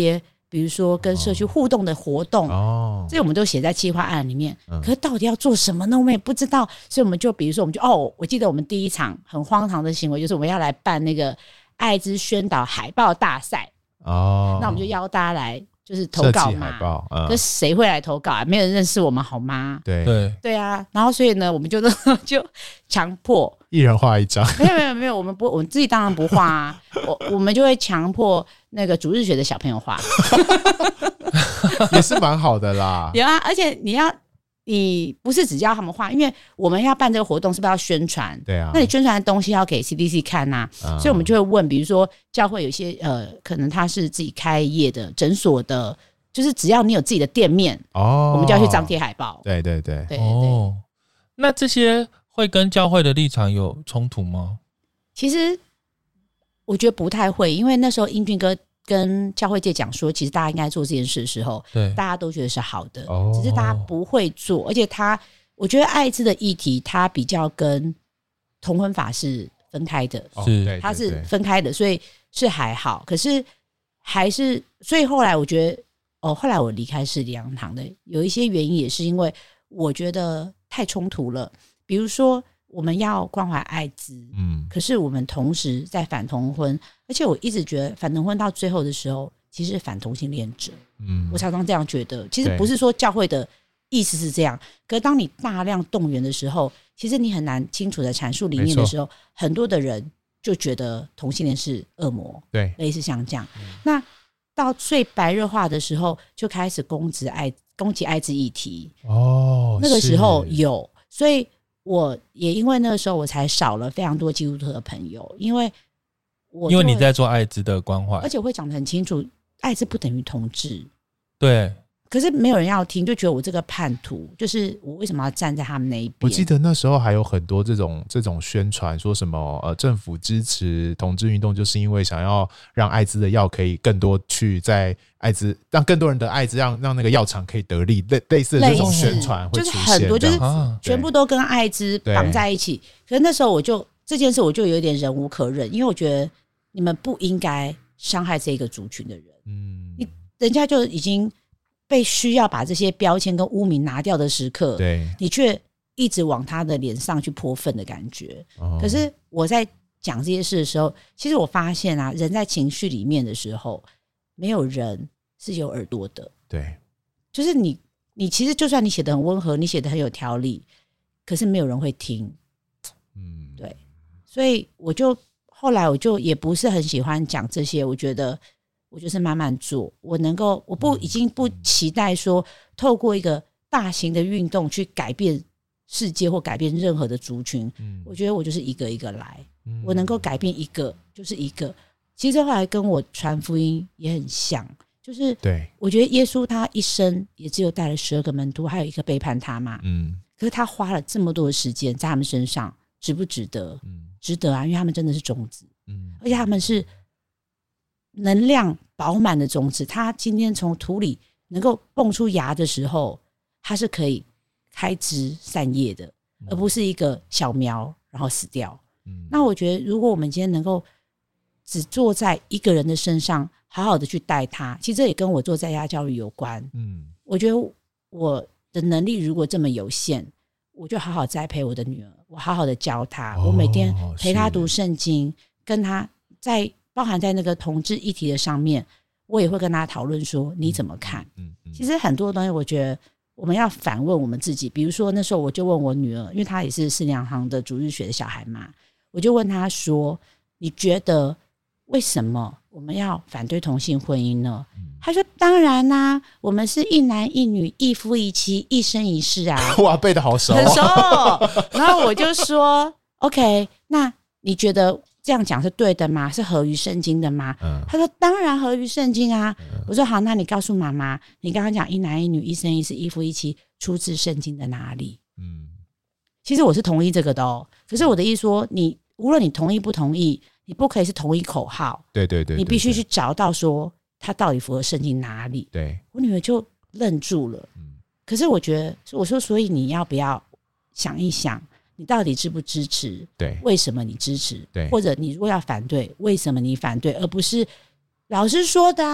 比如说跟社区互动的活动，这我们都写在企划案里面。可是到底要做什么呢？我们也不知道，所以我们就比如说，我记得我们第一场很荒唐的行为，就是我们要来办那个艾滋宣导海报大赛。那我们就邀大家来，就是投稿嘛。可是谁会来投稿啊？没有人认识我们好吗？ 对啊。然后所以呢，我们就强迫一人画一张。 没有，我们自己当然不画啊。我们就会强迫那个主日学的小朋友画， 也是蛮好的啦。 有啊，而且你不是只叫他们画，因为我们要办这个活动，是不是要宣传？ 对啊， 那你宣传的东西要给 CDC 看呐，所以我们就会问，比如说教会有些可能他是自己开业的诊所的，就是只要你有自己的店面，我们就要去张贴海报。 对。 那这些会跟教会的立场有冲突吗？ 其实我觉得不太会，因为那时候英俊哥跟教会界讲说，其实大家应该做这件事的时候，大家都觉得是好的，只是大家不会做。而且我觉得艾滋的议题，它比较跟同婚法是分开的，它是分开的，所以是还好。可是所以后来我觉得，后来我离开世纪洋堂的有一些原因，也是因为我觉得太冲突了。比如说，我们要关怀艾滋，可是我们同时在反同婚，而且我一直觉得反同婚到最后的时候，其实是反同性恋者。我常常这样觉得，其实不是说教会的意思是这样，可是当你大量动员的时候，其实你很难清楚的阐述理念的时候，很多的人就觉得同性恋是恶魔，对，类似像这样。那到最白热化的时候，就开始攻击艾滋议题。那个时候有，所以我也因为那个时候我才少了非常多基督徒的朋友，因为你在做艾滋的关怀， 而且我会讲得很清楚，艾滋不等于同志。 对。 可是没有人要听，就觉得我这个叛徒，就是我为什么要站在他们那一边？ 我记得那时候还有很多这种宣传，说什么政府支持同志运动，就是因为想要让艾滋的药可以更多去在艾滋，让更多人得艾滋，让那个药厂可以得利，类似的这种宣传会出现， 就是很多，就是全部都跟艾滋绑在一起。可是那时候这件事我就有点忍无可忍，因为我觉得你们不应该伤害这个族群的人。人家就已经被需要把这些标签跟污名拿掉的时刻，你却一直往他的脸上去泼粪的感觉。可是我在讲这些事的时候，其实我发现啊，人在情绪里面的时候，没有人是有耳朵的。对，就是你其实就算你写得很温和，你写得很有条理，可是没有人会听。对，所以后来我就也不是很喜欢讲这些，我觉得我就是慢慢做，我已经不期待说透过一个大型的运动去改变世界或改变任何的族群。我觉得我就是一个一个来，我能够改变一个就是一个。其实后来跟我传福音也很像，就是我觉得耶稣他一生也只有带了12个门徒，还有一个背叛他嘛。可是他花了这么多的时间在他们身上，值不值得？值得啊，因为他们真的是种子，而且他们是能量饱满的种子，它今天从土里能够蹦出芽的时候，它是可以开枝散叶的，而不是一个小苗然后死掉。那我觉得如果我们今天能够只坐在一个人的身上好好的去带他，其实这也跟我做在家教育有关。我觉得我的能力如果这么有限，我就好好栽培我的女儿，我好好的教她，我每天陪她读圣经，跟她包含在那个同志议题的上面，我也会跟她讨论说你怎么看。其实很多东西我觉得我们要反问我们自己。比如说那时候我就问我女儿，因为她也是世良堂的主日学的小孩嘛，我就问她说，你觉得为什么我们要反对同性婚姻呢？她说当然啦，我们是一男一女，一夫一妻，一生一世啊。 哇，背得好熟， 很熟。然后我就说OK， 那你觉得这样讲是对的吗？是合于圣经的吗？他说当然合于圣经啊。我说好，那你告诉妈妈，你刚刚讲一男一女，一生一世，一夫一妻，出自圣经的哪里？其实我是同意这个的哦。可是我的意思说，无论你同意不同意，你不可以是同一口号。对，你必须去找到说它到底符合圣经哪里。我女儿就愣住了。可是我觉得，我说所以你要不要想一想，你到底支不支持？为什么你支持？或者你如果要反对，为什么你反对？而不是老师说的啊，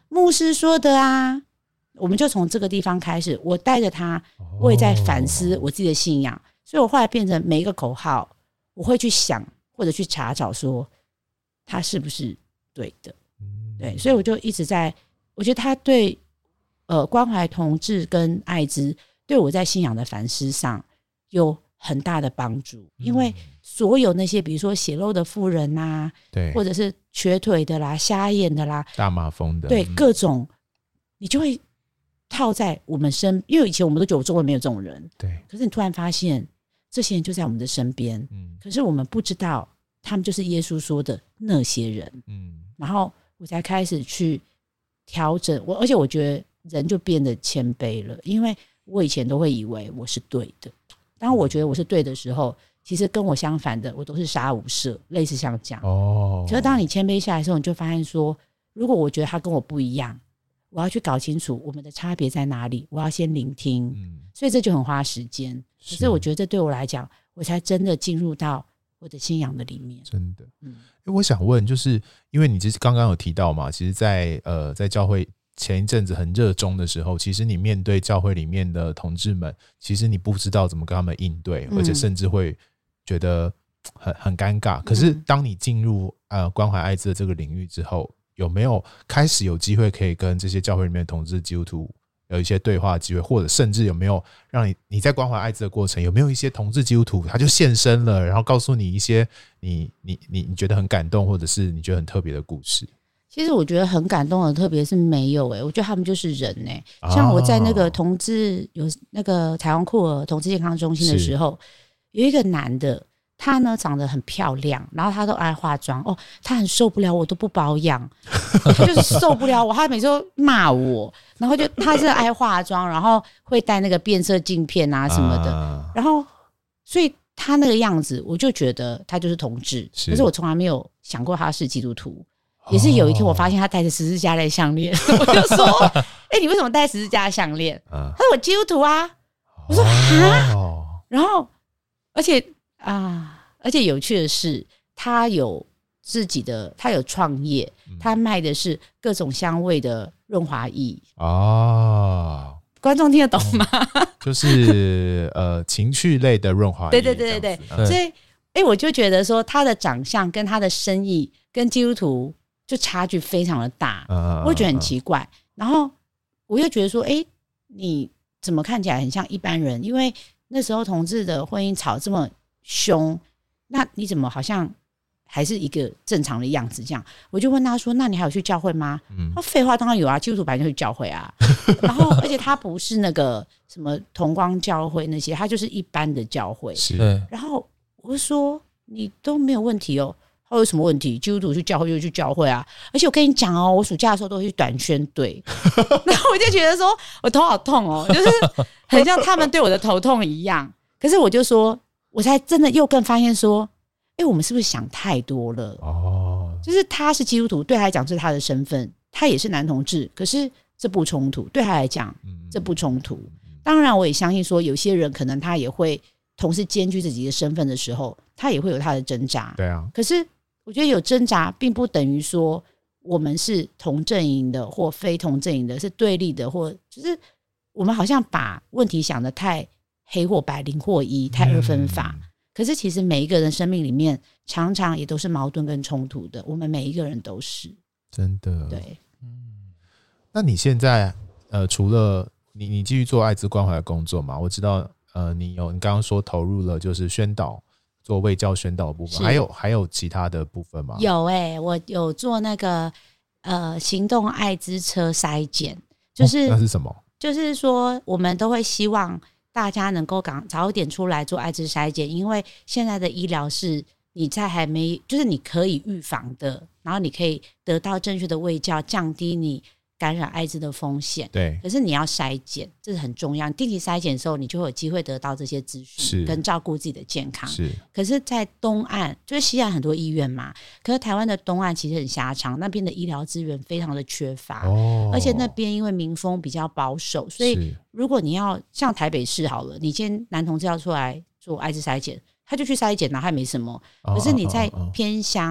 牧师说的啊。我们就从这个地方开始，我带着他，我也在反思我自己的信仰，所以我后来变成每一个口号，我会去想或者去查找说他是不是对的，对，所以我就一直在，我觉得他对关怀同志跟艾滋，对我在信仰的反思上有很大的帮助，因为所有那些比如说血肉的妇人啊， 对， 或者是瘸腿的啦、瞎眼的啦、 大麻风的， 对，各种你就会套在我们身，因为以前我们都觉得周围没有这种人， 对， 可是你突然发现这些人就在我们的身边，可是我们不知道他们就是耶稣说的那些人，然后我才开始去调整我，而且我觉得人就变得谦卑了，因为我以前都会以为我是对的，当我觉得我是对的时候，其实跟我相反的我都是杀无赦，类似像这样。可是当你谦卑下来的时候，你就发现说，如果我觉得他跟我不一样，我要去搞清楚我们的差别在哪里，我要先聆听，所以这就很花时间。可是我觉得这对我来讲，我才真的进入到我的信仰的里面。 真的，我想问，就是因为你刚刚有提到嘛，其实在教会前一阵子很热衷的时候，其实你面对教会里面的同志们，其实你不知道怎么跟他们应对，而且甚至会觉得很尴尬。可是当你进入关怀艾滋的这个领域之后，有没有开始有机会可以跟这些教会里面的同志基督徒有一些对话的机会，或者甚至有没有让你在关怀艾滋的过程，有没有一些同志基督徒他就现身了，然后告诉你一些你觉得很感动，或者是你觉得很特别的故事？ 其实我觉得很感动的，特别是没有我觉得他们就是人像我在那个同志有那个彩虹酷儿同志健康中心的时候，有一个男的，他呢长得很漂亮，然后他都爱化妆他很受不了我都不保养，他就是受不了我，他每次都骂我，然后他是爱化妆，然后会戴那个变色镜片啊什么的，然后所以他那个样子，我就觉得他就是同志，可是我从来没有想过他是基督徒。也是有一天我发现他戴着十字架的项链，我就说你为什么戴十字架的项链？他说我基督徒啊。我说然后而且有趣的是，他有自己的，他有创业，他卖的是各种香味的润滑液观众听得懂吗？ 就是情趣类的润滑液。 对，所以我就觉得说他的长相跟他的生意跟基督徒就差距非常的大，我觉得很奇怪。然后我又觉得说你怎么看起来很像一般人，因为那时候同志的婚姻吵这么凶，那你怎么好像还是一个正常的样子这样？我就问他说，那你还有去教会吗？他废话当然有啊，基督徒本来就去教会啊。然后而且他不是那个什么同光教会那些，他就是一般的教会。然后我就说你都没有问题他有什么问题？基督徒去教会就去教会啊！而且我跟你讲我暑假的时候都会去短宣队，然后我就觉得说我头好痛就是很像他们对我的头痛一样。可是我就说，我才真的又更发现说，我们是不是想太多了？就是他是基督徒，对他来讲是他的身份，他也是男同志，可是这不冲突，对他来讲这不冲突。当然，我也相信说，有些人可能他也会同时兼具自己的身份的时候，他也会有他的挣扎。 对啊， 可是我觉得有挣扎并不等于说我们是同阵营的或非同阵营的，是对立的，或就是我们好像把问题想得太黑或白、零或一，太二分法。可是其实每一个人生命里面常常也都是矛盾跟冲突的，我们每一个人都是真的。 对， 那你现在除了你继续做艾滋关怀的工作嘛？我知道你刚刚说投入了就是宣导，做卫教宣导的部分，还有其他的部分吗？ 有我有做那个行动艾滋车筛检，就是那是什么？ 就是说我们都会希望大家能够早一点出来做艾滋筛检，因为现在的医疗是你在还没，就是你可以预防的，然后你可以得到正确的卫教，降低你感染艾滋的风险。 对， 可是你要筛检，这是很重要。定期筛检的时候，你就会有机会得到这些资讯，跟照顾自己的健康。可是在东岸，就是西岸很多医院嘛，可是台湾的东岸其实很狭长，那边的医疗资源非常的缺乏。而且那边因为民风比较保守，所以如果你要像台北市好了，你今天男同志要出来做艾滋筛检，他就去筛检，然后还没什么。可是你在偏乡，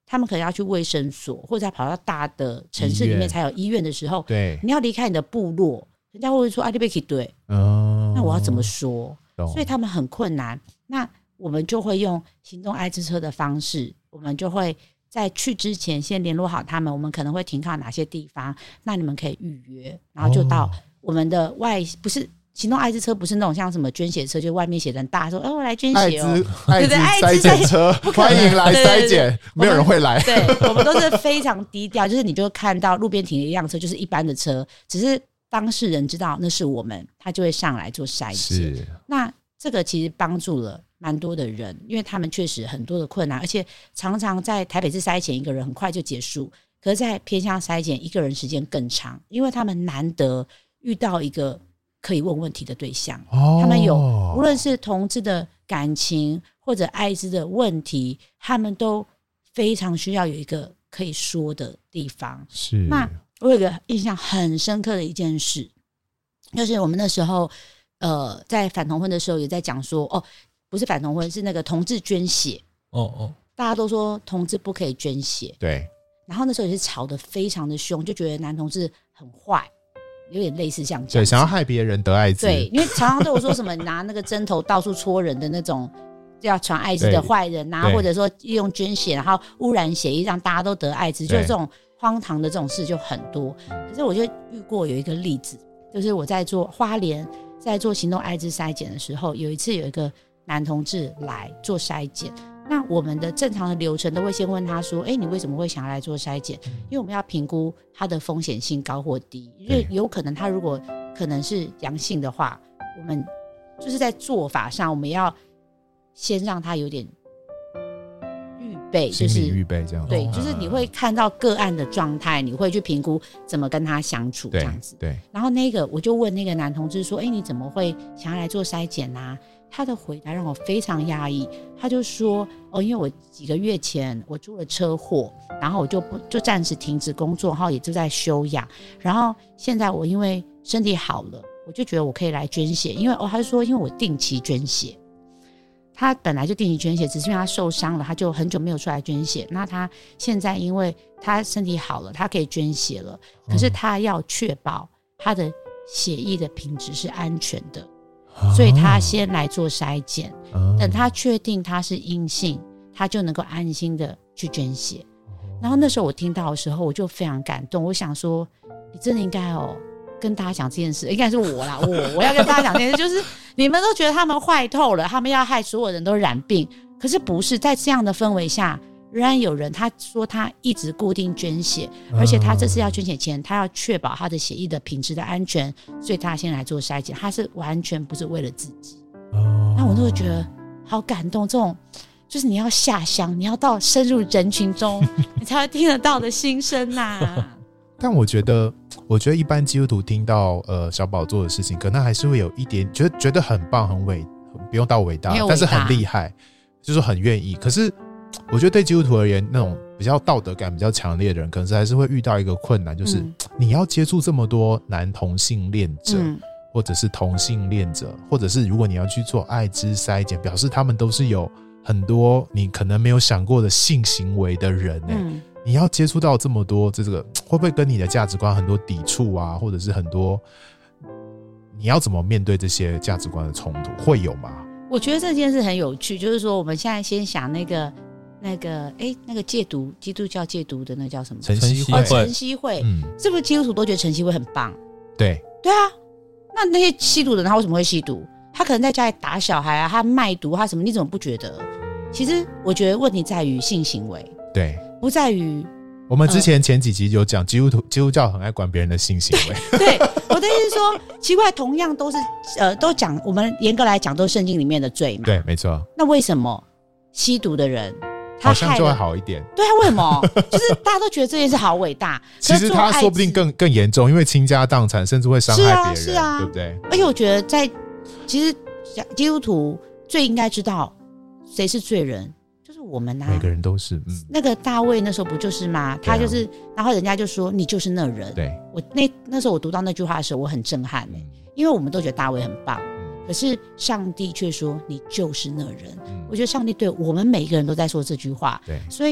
他们可能要去卫生所，或者要跑到大的城市里面才有医院的时候， 对， 你要离开你的部落，人家会说你不可以对，那我要怎么说？所以他们很困难。那我们就会用行动爱之车的方式，我们就会在去之前先联络好他们，我们可能会停靠哪些地方，那你们可以预约，然后就到我们的不是行动爱之车，不是那种像什么捐血车，就外面写的很大说我来捐血哦， 艾滋筛检车，欢迎来筛检，没有人会来。 对，我们都是非常低调，就是你就看到路边停的一辆车，就是一般的车，只是当事人知道那是我们，他就会上来做筛检。那这个其实帮助了蛮多的人，因为他们确实很多的困难，而且常常在台北市筛检一个人很快就结束，可是在偏乡筛检一个人时间更长，因为他们难得遇到一个可以问问题的对象，他们有无论是同志的感情或者艾滋的问题，他们都非常需要有一个可以说的地方。 是， 那我有一个印象很深刻的一件事，就是我们那时候在反同婚的时候也在讲说，不是反同婚，是那个同志捐血。大家都说同志不可以捐血， 对。 然后那时候也是吵得非常的凶，就觉得男同志很坏，有点类似像这样子， 对，想要害别人得艾滋。 对，因为常常都有说什么拿那个针头到处戳人的那种要传艾滋的坏人啊，或者说利用捐血然后污染血液让大家都得艾滋，就这种荒唐的这种事就很多。可是我就遇过有一个例子，就是我在做花莲在做行动艾滋筛检的时候，有一次有一个男同志来做筛检，那我们的正常的流程都会先问他说你为什么会想要来做筛检，因为我们要评估他的风险性高或低，因为有可能他如果可能是阳性的话，我们就是在做法上我们要先让他有点预备，就是心理预备这样。 对，就是你会看到个案的状态，你会去评估怎么跟他相处这样子。 对。 然后我就问那个男同志说你怎么会想要来做筛检啊？他的回答让我非常压抑，他就说因为我几个月前我出了车祸，然后我就暂时停止工作，然后也就在休养，然后现在我因为身体好了，我就觉得我可以来捐血，因为他就说因为我定期捐血，他本来就定期捐血，只是因为他受伤了，他就很久没有出来捐血，那他现在因为他身体好了，他可以捐血了，可是他要确保他的血液的品质是安全的，所以他先来做筛检，等他确定他是阴性，他就能够安心的去捐血。然后那时候我听到的时候，我就非常感动，我想说你真的应该跟大家讲这件事，应该是我啦，我要跟大家讲这件事，就是你们都觉得他们坏透了，他们要害所有人都染病，可是不是，在这样的氛围下，仍然有人他说他一直固定捐血，而且他这次要捐血前他要确保他的血液的品质的安全，所以他先来做筛检，他是完全不是为了自己。那我都会觉得好感动，这种就是你要下乡，你要到深入人群中你才会听得到的心声啊。 但我觉得一般基督徒听到小宝做的事情，可能还是会有一点觉得很棒很不用到伟大，但是很厉害，就是很愿意。可是我觉得对基督徒而言，那种比较道德感比较强烈的人，可能是还是会遇到一个困难，就是你要接触这么多男同性恋者，或者是同性恋者，或者是如果你要去做艾滋筛检，表示他们都是有很多你可能没有想过的性行为的人你要接触到这么多，这个会不会跟你的价值观很多抵触啊？或者是很多你要怎么面对这些价值观的冲突？会有吗？ 我觉得这件事很有趣，就是说我们现在先想那个戒毒，基督教戒毒的那叫什么？ 晨曦会。 晨曦会，是不是基督徒都觉得晨曦会很棒？ 对啊，那些吸毒的人他为什么会吸毒？他可能在家里打小孩啊，他卖毒，他什么？你怎么不觉得？其实我觉得问题在于性行为， 对， 不在于我们之前前几集有讲基督教很爱管别人的性行为。 对，我的意思是说，奇怪，同样都是都讲，我们严格来讲都是圣经里面的罪嘛。 对，没错。 那为什么吸毒的人他好像就会好一点？ 对啊，为什么？就是大家都觉得这件事好伟大， 其实他说不定更严重，因为倾家荡产，甚至会伤害别人， 是啊， 对不对？ 而且我觉得其实基督徒最应该知道谁是罪人。就是我们每个人都是。 那个大卫那时候不就是吗？他就是，然后人家就说你就是那人。 对， 我那时候我读到那句话的时候，我很震撼因为我们都觉得大卫很棒，可是上帝却说你就是那人。我觉得上帝对我们每一个人都在说这句话。 对， 所以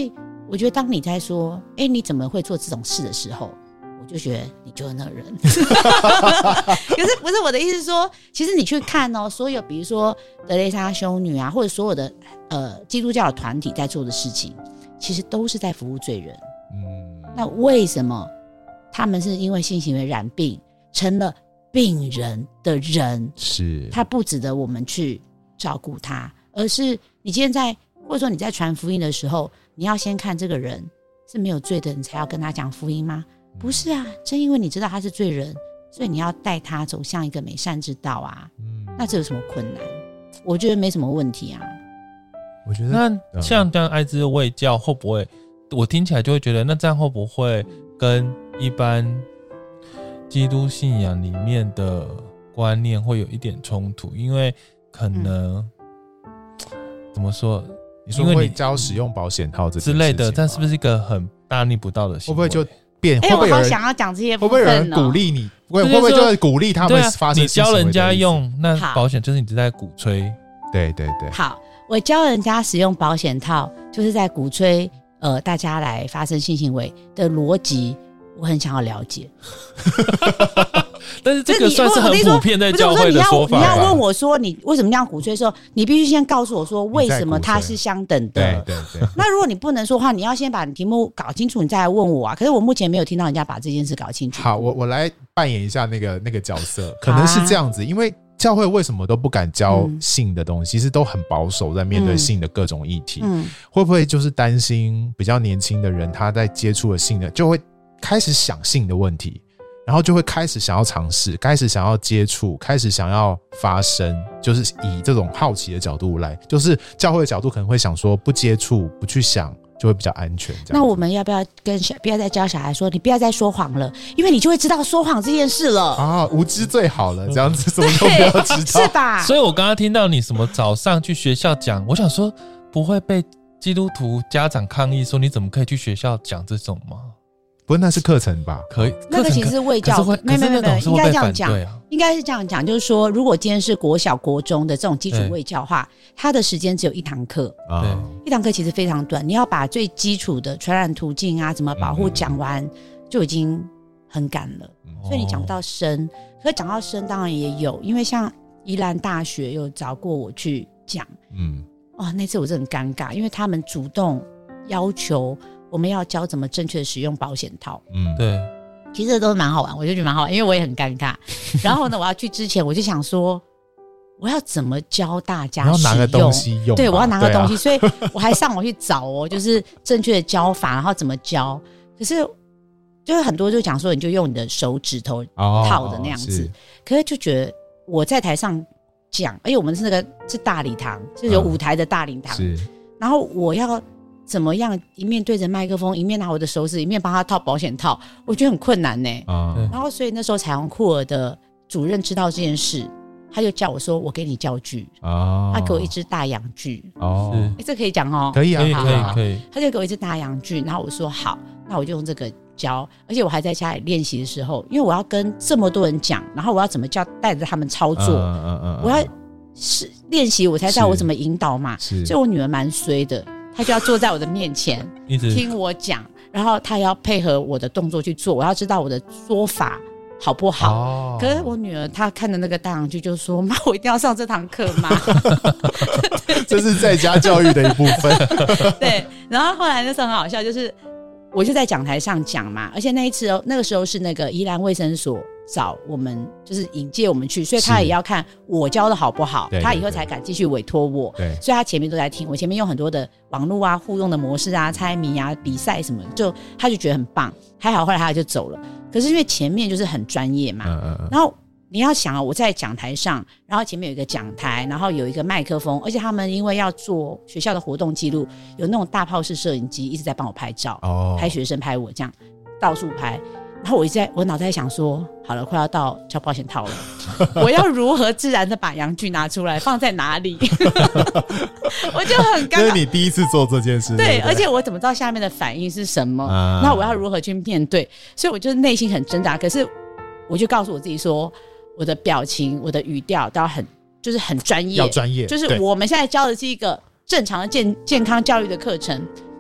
我觉得当你在说你怎么会做这种事的时候，我就觉得你就是那个人。可是不是我的意思是说，其实你去看所有比如说德蕾莎修女啊，或者所有的基督教的团体在做的事情，其实都是在服务罪人。那为什么他们是因为性行为染病成了病人的人？是他不值得我们去照顾他，而是你今天或者说你在传福音的时候，你要先看这个人是没有罪的，你才要跟他讲福音吗？不是啊，正因为你知道他是罪人，所以你要带他走向一个美善之道啊。那这有什么困难？我觉得没什么问题啊。 我觉得那像这样艾滋卫教会不会，我听起来就会觉得，那这样会不会跟一般基督信仰里面的观念会有一点冲突？因为可能怎么说？ 你说会教使用保险套这之类的，但是不是一个很大逆不道的行为？ 会不会就变？会不会我好想要讲这些部分会不会有人鼓励你？会不会就是鼓励他们发生？ 你教人家用那保险，就是你在鼓吹。 对对对。 好，我教人家使用保险套，就是在鼓吹大家来发生性行为的逻辑，我很想要了解。 但是这个算是很普遍在教会的说法。 你要问我说你为什么这样鼓吹的时候，你必须先告诉我说为什么它是相等的。 对对对。 那如果你不能说话，你要先把你题目搞清楚，你再来问我啊。可是我目前没有听到人家把这件事搞清楚。 好，我来扮演一下那个角色，可能是这样子，因为教会为什么都不敢教性的东西，其实都很保守在面对性的各种议题。会不会就是担心比较年轻的人他在接触了性的就会开始想性的问题，然后就会开始想要尝试，开始想要接触，开始想要发生，就是以这种好奇的角度来，就是教会的角度可能会想说不接触不去想就会比较安全。 那我们要不要不要再教小孩说你不要再说谎了，因为你就会知道说谎这件事了啊，无知最好了，这样子什么都不要知道， 是吧？ 所以我刚刚听到你什么早上去学校讲，我想说不会被基督徒家长抗议说你怎么可以去学校讲这种吗？ 不是，那是课程吧？ 可以， 那个其实是卫教，没有，应该这样讲，应该是这样讲，就是说，如果今天是国小、国中的这种基础卫教的话，它的时间只有1堂课，一堂课其实非常短，你要把最基础的传染途径啊，怎么保护讲完，就已经很赶了，所以你讲不到深。可是讲到深，当然也有，因为像宜兰大学有找过我去讲，那次我真的很尴尬，因为他们主动要求我们要教怎么正确的使用保险套。 对， 其实这都蛮好玩，我就觉得蛮好玩，因为我也很尴尬。然后呢，我要去之前我就想说，我要怎么教大家使用？ 你要拿个东西用， 对，我要拿个东西，所以我还上网去找就是正确的教法，然后怎么教。可是就是很多就讲说，你就用你的手指头套的那样子，可是就觉得我在台上讲，而且我们是那个是大礼堂，是有舞台的大礼堂，然后我要怎么样一面对着麦克风，一面拿我的手指，一面帮他套保险套，我觉得很困难呢。然后所以那时候彩虹酷儿的主任知道这件事，他就叫我说我给你教具，他给我一只大洋具。这可以讲哦？ 可以啊， 可以。 他就给我一只大洋具，然后我说好，那我就用这个教。而且我还在家里练习的时候，因为我要跟这么多人讲，然后我要怎么教带着他们操作，我要是练习我才知道我怎么引导嘛。所以我女儿蛮衰的，她就要坐在我的面前听我讲，然后她也要配合我的动作去做，我要知道我的说法好不好。可是我女儿她看的那个大洋剧就说，妈，我一定要上这堂课吗？ 这是在家教育的一部分。 对，然后后来那时候很好笑，就是我就在讲台上讲嘛，而且那个时候是那个宜兰卫生所找我们，就是引荐我们去，所以他也要看我教的好不好，他以后才敢继续委托我。所以他前面都在听，我前面用很多的网络啊、互动的模式啊、猜谜啊、比赛什么，他就觉得很棒。还好后来他就走了，可是因为前面就是很专业嘛，然后你要想我在讲台上，然后前面有一个讲台，然后有一个麦克风，而且他们因为要做学校的活动记录，有那种大炮式摄影机一直在帮我拍照，拍学生拍我这样到处拍。然后我脑袋想说，好了，快要到交保险套了，我要如何自然的把洋具拿出来，放在哪里？我就很尴尬。 这是你第一次做这件事， 对，而且我怎么知道下面的反应是什么？那我要如何去面对？所以我就内心很挣扎。可是我就告诉我自己说，我的表情、我的语调都要就是很专业， 要专业。 就是我们现在教的是一个正常的健康教育的课程。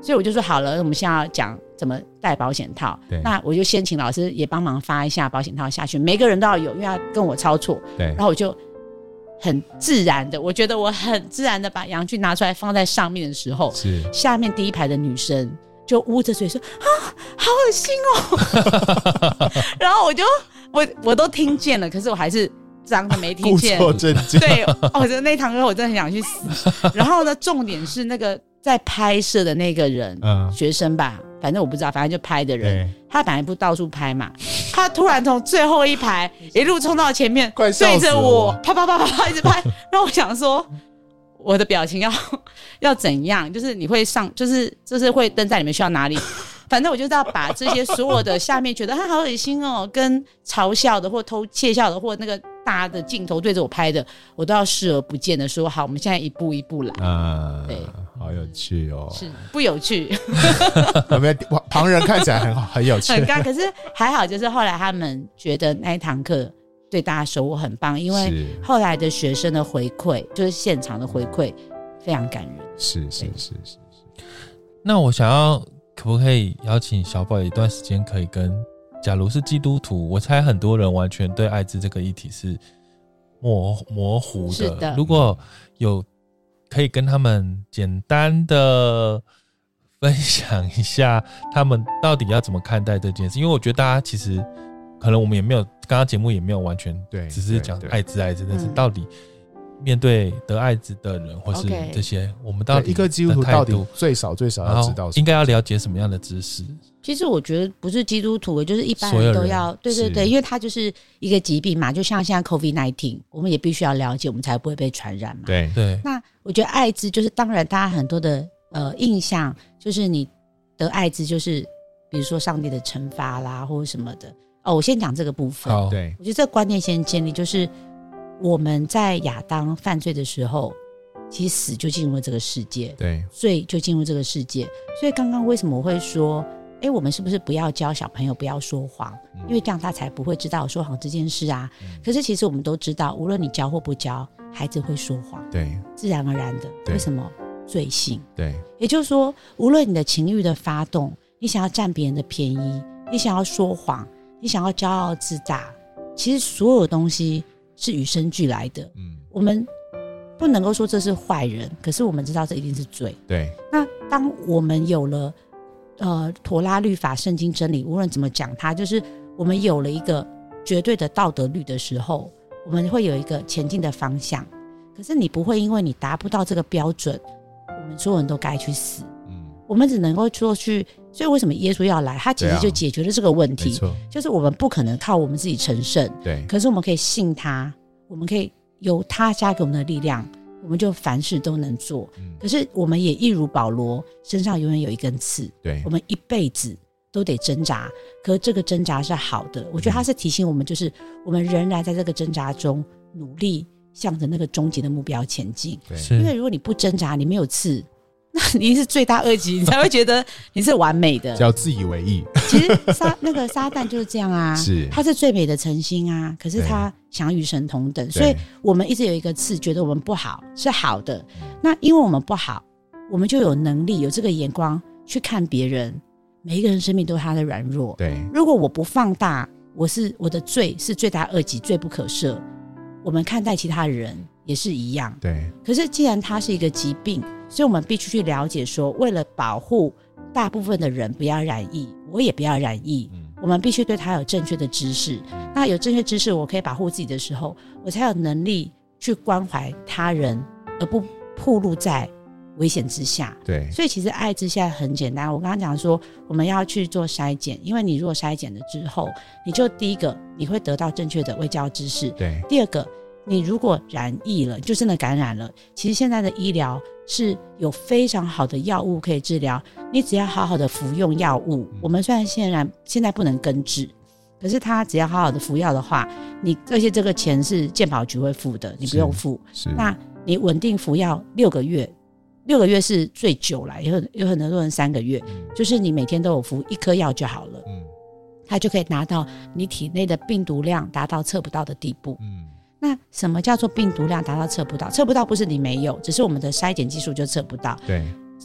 所以我就说好了，我们现在要讲怎么戴保险套。那我就先请老师也帮忙发一下保险套下去，每个人都要有，因为要跟我操作。然后我就很自然的，我觉得我很自然的把阳具拿出来放在上面的时候，下面第一排的女生就捂着嘴说啊，好恶心哦。然后我都听见了，可是我还是装的没听见， 故作镇静。 对，我觉得那堂课我真的很想去死。然后呢，重点是那个在拍摄的那个人，学生吧，反正我不知道，反正就拍的人，他本来不到处拍嘛，他突然从最后一排一路冲到前面，对着我啪啪啪啪一直拍。然后我想说，我的表情要怎样？就是你会上，就是会登在里面需要哪里？反正我就是要把这些所有的下面觉得他好恶心哦，跟嘲笑的或窃笑的或那个大的镜头对着我拍的，我都要视而不见的说好，我们现在一步一步来。对， 好有趣哦。 是不有趣？ 旁人看起来很有趣， 很尬。可是还好，就是后来他们觉得那一堂课对大家收获很棒，因为后来的学生的回馈，就是现场的回馈非常感人。是。 那我想要可不可以邀请小宝一段时间可以跟，假如是基督徒，我猜很多人完全对艾滋这个议题是模糊的。 是的， 如果有可以跟他们简单的分享一下，他们到底要怎么看待这件事？因为我觉得大家其实可能我们也没有，刚刚节目也没有完全只是讲艾滋，但是到底面对得艾滋的人或是这些，我们到底一个基督徒到底最少要知道什么， 应该要了解什么样的知识？ 其实我觉得不是基督徒，就是一般人都要，对，因为它就是一个疾病嘛，就像现在 COVID-19， 我们也必须要了解，我们才不会被传染嘛。 对。 那我觉得艾滋就是，当然大家很多的印象，就是你得艾滋就是比如说上帝的惩罚啦，或者什么的。我先讲这个部分。 对， 我觉得这个观念先建立，就是我们在亚当犯罪的时候，其实死就进入了这个世界， 对， 罪就进入这个世界。所以刚刚为什么我会说，我们是不是不要教小朋友不要说谎？因为这样他才不会知道说谎这件事啊。可是其实我们都知道，无论你教或不教，孩子会说谎， 对， 自然而然的。为什么？罪性。 对， 也就是说，无论你的情欲的发动，你想要占别人的便宜，你想要说谎，你想要骄傲自大，其实所有东西是与生俱来的。我们不能够说这是坏人，可是我们知道这一定是罪。 对。 那当我们有了妥拉律法、圣经真理，无论怎么讲它，就是我们有了一个绝对的道德律的时候，我们会有一个前进的方向。可是你不会因为你达不到这个标准，我们所有人都该去死。我们只能够做去，所以为什么耶稣要来？他其实就解决了这个问题，就是我们不可能靠我们自己成圣， 对， 可是我们可以信他，我们可以由他加给我们的力量，我们就凡事都能做。可是我们也一如保罗身上永远有一根刺， 对， 我们一辈子都得挣扎，可是这个挣扎是好的。我觉得他是提醒我们，就是我们仍然在这个挣扎中努力向着那个终极的目标前进。因为如果你不挣扎，你没有刺，那你是罪大恶极，你才会觉得你是完美的， 叫自以为意。 其实那个撒旦就是这样啊， 是他是最美的诚心啊，可是他想与神同等，所以我们一直有一个刺，觉得我们不好是好的。那因为我们不好，我们就有能力有这个眼光去看别人，每一个人生命都有他的软弱。 对， 如果我不放大我的罪是罪大恶极，罪不可赦，我们看待其他人也是一样。 对， 可是既然它是一个疾病，所以我们必须去了解说，为了保护大部分的人不要染疫，我也不要染疫，我们必须对他有正确的知识。那有正确知识，我可以保护自己的时候，我才有能力去关怀他人，而不暴露在危险之下。 对， 所以其实艾滋现在很简单，我刚刚讲说我们要去做筛检，因为你如果筛检了之后，你就第一个你会得到正确的卫教知识， 对， 第二个你如果染疫了，就真的感染了，其实现在的医疗是有非常好的药物可以治疗，你只要好好的服用药物，我们虽然现在不能根治，可是他只要好好的服药的话，而且这个钱是健保局会付的，你不用付。那你稳定服药6个月，6个月是最久了，有很多人3个月，就是你每天都有服1颗药就好了，它就可以拿到你体内的病毒量达到测不到的地步。那什么叫做病毒量达到测不到？测不到不是你没有，只是我们的筛检技术就测不到。 对，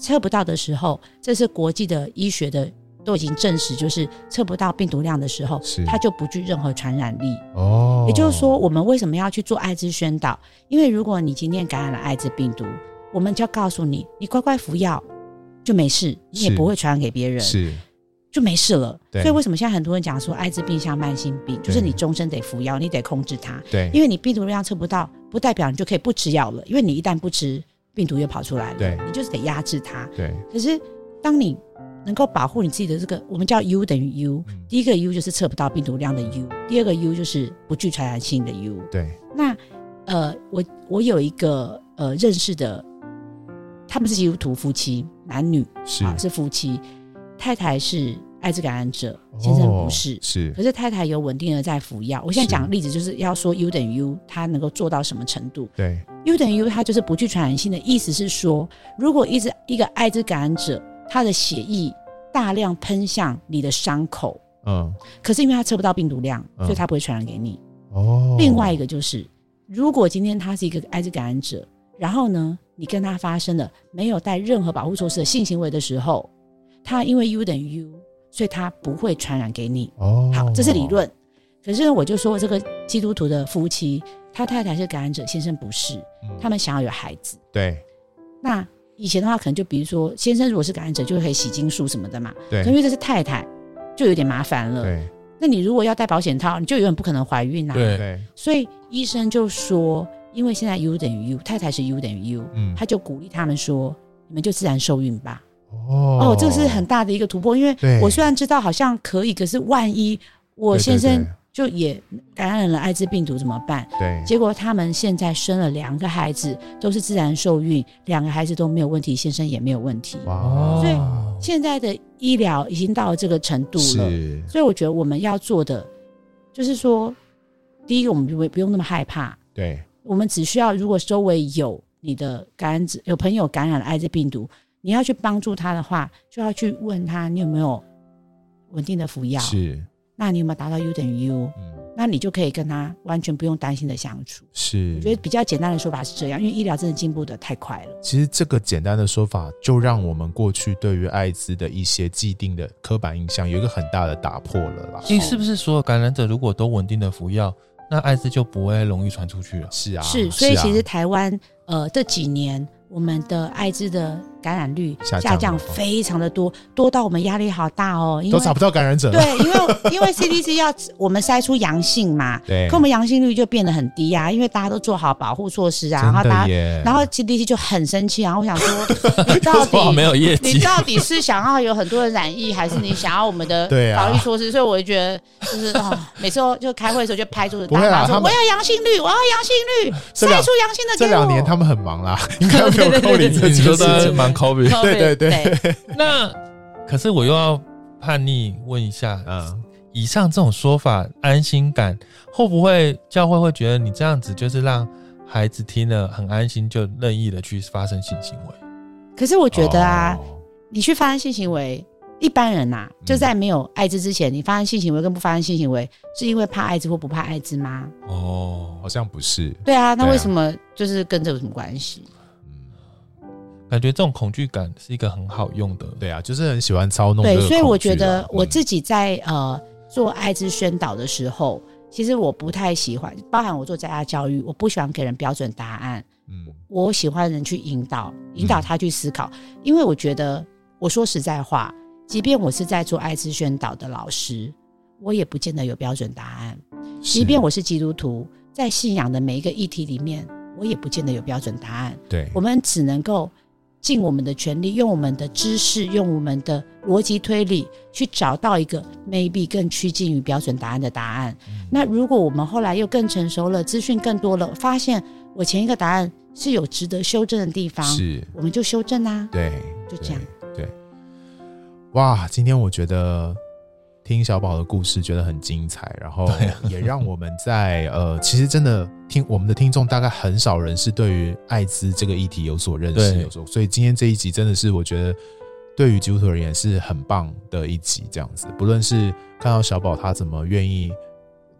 测不到的时候，这是国际的医学的都已经证实，就是测不到病毒量的时候，它就不具任何传染力。也就是说，我们为什么要去做艾滋宣导？因为如果你今天感染了艾滋病毒，我们就要告诉你，你乖乖服药就没事，你也不会传染给别人，就没事了。所以为什么现在很多人讲说艾滋病像慢性病，就是你终身得服药，你得控制它。因为你病毒量测不到，不代表你就可以不吃药了，因为你一旦不吃，病毒又跑出来了，你就是得压制它。可是当你能够保护你自己的这个，我们叫 U 等于 U，第一个 U 就是测不到病毒量的 U， 第二个 U 就是不具传染性的 U。那我有一个认识的，他们是基督徒夫妻，男女是夫妻，太太是艾滋感染者，先生不是，可是太太有稳定的在服药。我现在讲的例子就是要说 U 等于 U 它能够做到什么程度。U 等于 U 它就是不具传染性的意思是说，如果一个艾滋感染者他的血液大量喷向你的伤口，可是因为他测不到病毒量，所以他不会传染给你。另外一个就是，如果今天他是一个艾滋感染者，然后呢，你跟他发生了没有带任何保护措施的性行为的时候，他因为 U 等于 U， 所以他不会传染给你。好，这是理论。可是我就说这个基督徒的夫妻，他太太是感染者，先生不是，他们想要有孩子。那以前的话可能就比如说先生如果是感染者就可以洗精素什么的嘛，可因为这是太太就有点麻烦了。那你如果要戴保险套，你就永远不可能怀孕啊。所以医生就说，因为现在 U 等于 U， 太太是 U 等于 U，他就鼓励他们说，你们就自然受孕吧。这是很大的一个突破，因为我虽然知道好像可以，可是万一我先生就也感染了艾滋病毒怎么办？结果他们现在生了2个孩子，都是自然受孕，2个孩子都没有问题，先生也没有问题。所以现在的医疗已经到了这个程度了，所以我觉得我们要做的就是说，第一个我们不用那么害怕，我们只需要如果周围有你的感染者，有朋友感染了艾滋病毒，你要去帮助他的话，就要去问他你有没有稳定的服药，那你有没有达到 U 等于 U，那你就可以跟他完全不用担心的相处。我觉得比较简单的说法是这样，因为医疗真的进步的太快了。 其实这个简单的说法就让我们过去对于艾滋的一些既定的刻板印象有一个很大的打破了啦。 是不是所有感染者如果都稳定的服药，那艾滋就不会容易传出去了？ 是啊， 所以其实台湾这几年我们的艾滋的感染率下降非常的多到我们压力好大哦，因为都找不到感染者了。 对，因为 CDC 要我们筛出阳性嘛，可我们阳性率就变得很低啊，因为大家都做好保护措施啊，然后 CDC 就很生气啊，我想说你到底没有业绩， 你到底是想要有很多人染疫，还是你想要我们的防疫措施？所以我就觉得就是每次就开会的时候就拍桌子大骂说我要阳性率，我要阳性率，筛出阳性的给我。 这2年他们很忙啦，应该没有扣你这你说的蛮 COVID， 对。 那可是我又要叛逆问一下，以上这种说法安心感会不会教会会觉得你这样子就是让孩子听了很安心，就任意的去发生性行为？ 可是我觉得你去发生性行为，一般人就在没有艾滋之前，你发生性行为跟不发生性行为是因为怕艾滋或不怕艾滋吗？ 好像不是。 对啊，那为什么就是跟这有什么关系？ 感觉这种恐惧感是一个很好用的。 对啊，就是很喜欢操弄这个恐惧。 所以我觉得我自己在做艾滋宣导的时候，其实我不太喜欢，包含我做在家教育，我不喜欢给人标准答案。我喜欢人去引导他去思考，因为我觉得，我说实在话，即便我是在做艾滋宣导的老师，我也不见得有标准答案。即便我是基督徒，在信仰的每一个议题里面，我也不见得有标准答案。我们只能够尽我们的全力，用我们的知识，用我们的逻辑推理去找到一个 maybe 更趋近于标准答案的答案。那如果我们后来又更成熟了，资讯更多了，发现我前一个答案是有值得修正的地方，我们就修正啊。就这样。 对，哇，今天我觉得听小宝的故事觉得很精彩，然后也让我们在其实真的我们的听众大概很少人是对于艾滋这个议题有所认识，所以今天这一集真的是我觉得对于基督徒而言是很棒的一集，这样子。不论是看到小宝他怎么愿意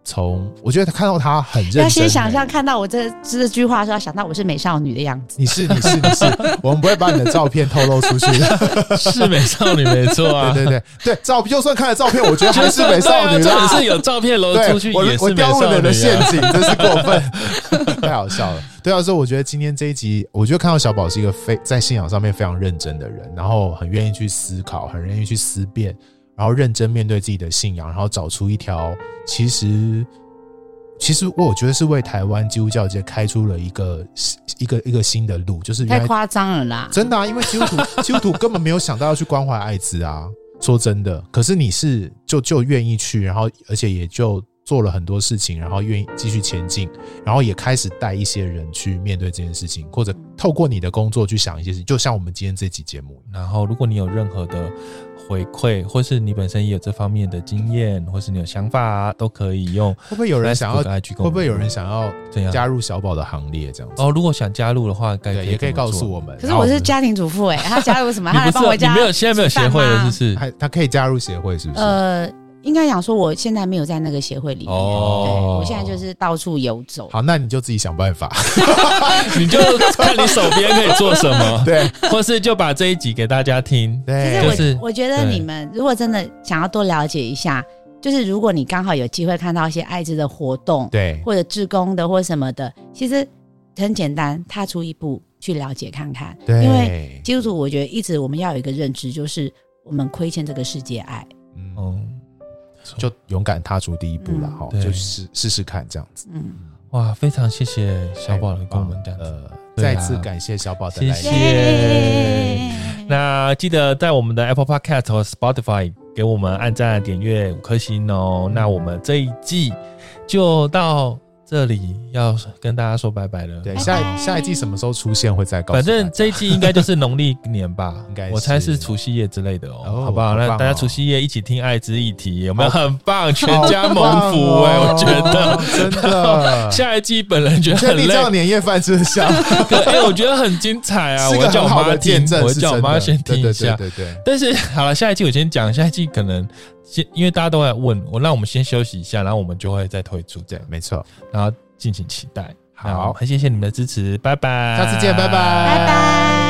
我觉得看到他很认真， 要先想象看到我这句话的时候，要想到我是美少女的样子。 你是，我们不会把你的照片透露出去的。 是美少女没错啊， 对，就算看了照片，我觉得还是美少女啦。 是有照片露出去也是美少女啊， 我掉入你的陷阱，真是过分，太好笑了。对啊，所以我觉得今天这一集，我觉得看到小宝是一个在信仰上面非常认真的人，然后很愿意去思考，很愿意去思辨，然后认真面对自己的信仰，然后找出一条其实我觉得是为台湾基督教界开出了一个新的路，就是太夸张了啦， 真的啊，因为基督徒根本没有想到要去关怀艾滋啊，说真的，可是你是就愿意去，然后而且也就做了很多事情，然后愿意继续前进，然后也开始带一些人去面对这件事情，或者透过你的工作去想一些事情，就像我们今天这期节目。 然后如果你有任何的回馈，或是你本身也有这方面的经验，或是你有想法啊，都可以用。 会不会有人想要加入小宝的行列这样子？ 哦，如果想加入的话， 也可以告诉我们。 可是我是家庭主妇他加入什么？他来帮我家？ 你现在没有协会了，是不是？ 他可以加入协会，是不是？ 应该讲说，我现在没有在那个协会里面，我现在就是到处游走。 好，那你就自己想办法， 你就看你手边可以做什么， 对， 或是就把这一集给大家听。 对， 就是我觉得你们如果真的想要多了解一下，就是如果你刚好有机会看到一些艾滋的活动， 对， 或者志工的或什么的，其实很简单，踏出一步去了解看看。 对， 因为基督徒我觉得一直我们要有一个认知，就是我们亏欠这个世界爱。 就勇敢踏出第一步了，就试试看这样子。 哇，非常谢谢小宝跟我们这样子， 再次感谢小宝的来临， 谢谢。那记得在我们的 Apple Podcast 和 Spotify 给我们按赞、点阅5颗星哦。那我们这一季就到这里，要跟大家说拜拜了。 对，下一季什么时候出现会再告诉大家。 反正这一季应该就是农历年吧， 应该是我猜是除夕夜之类的好不好？那大家除夕夜一起听艾滋议题，有没有很棒？全家蒙福我觉得真的。 下一季本人觉得很累， 你这样年夜饭吃得下？ 我觉得很精彩啊！ 我叫我妈听，我叫我妈先听一下。 对。 但是好了，下一季我先讲，下一季可能因为大家都在问我，让我们先休息一下，然后我们就会再推出。 对，没错。 然后敬请期待。 好， 很谢谢你们的支持，拜拜， 下次见，拜拜， 拜拜。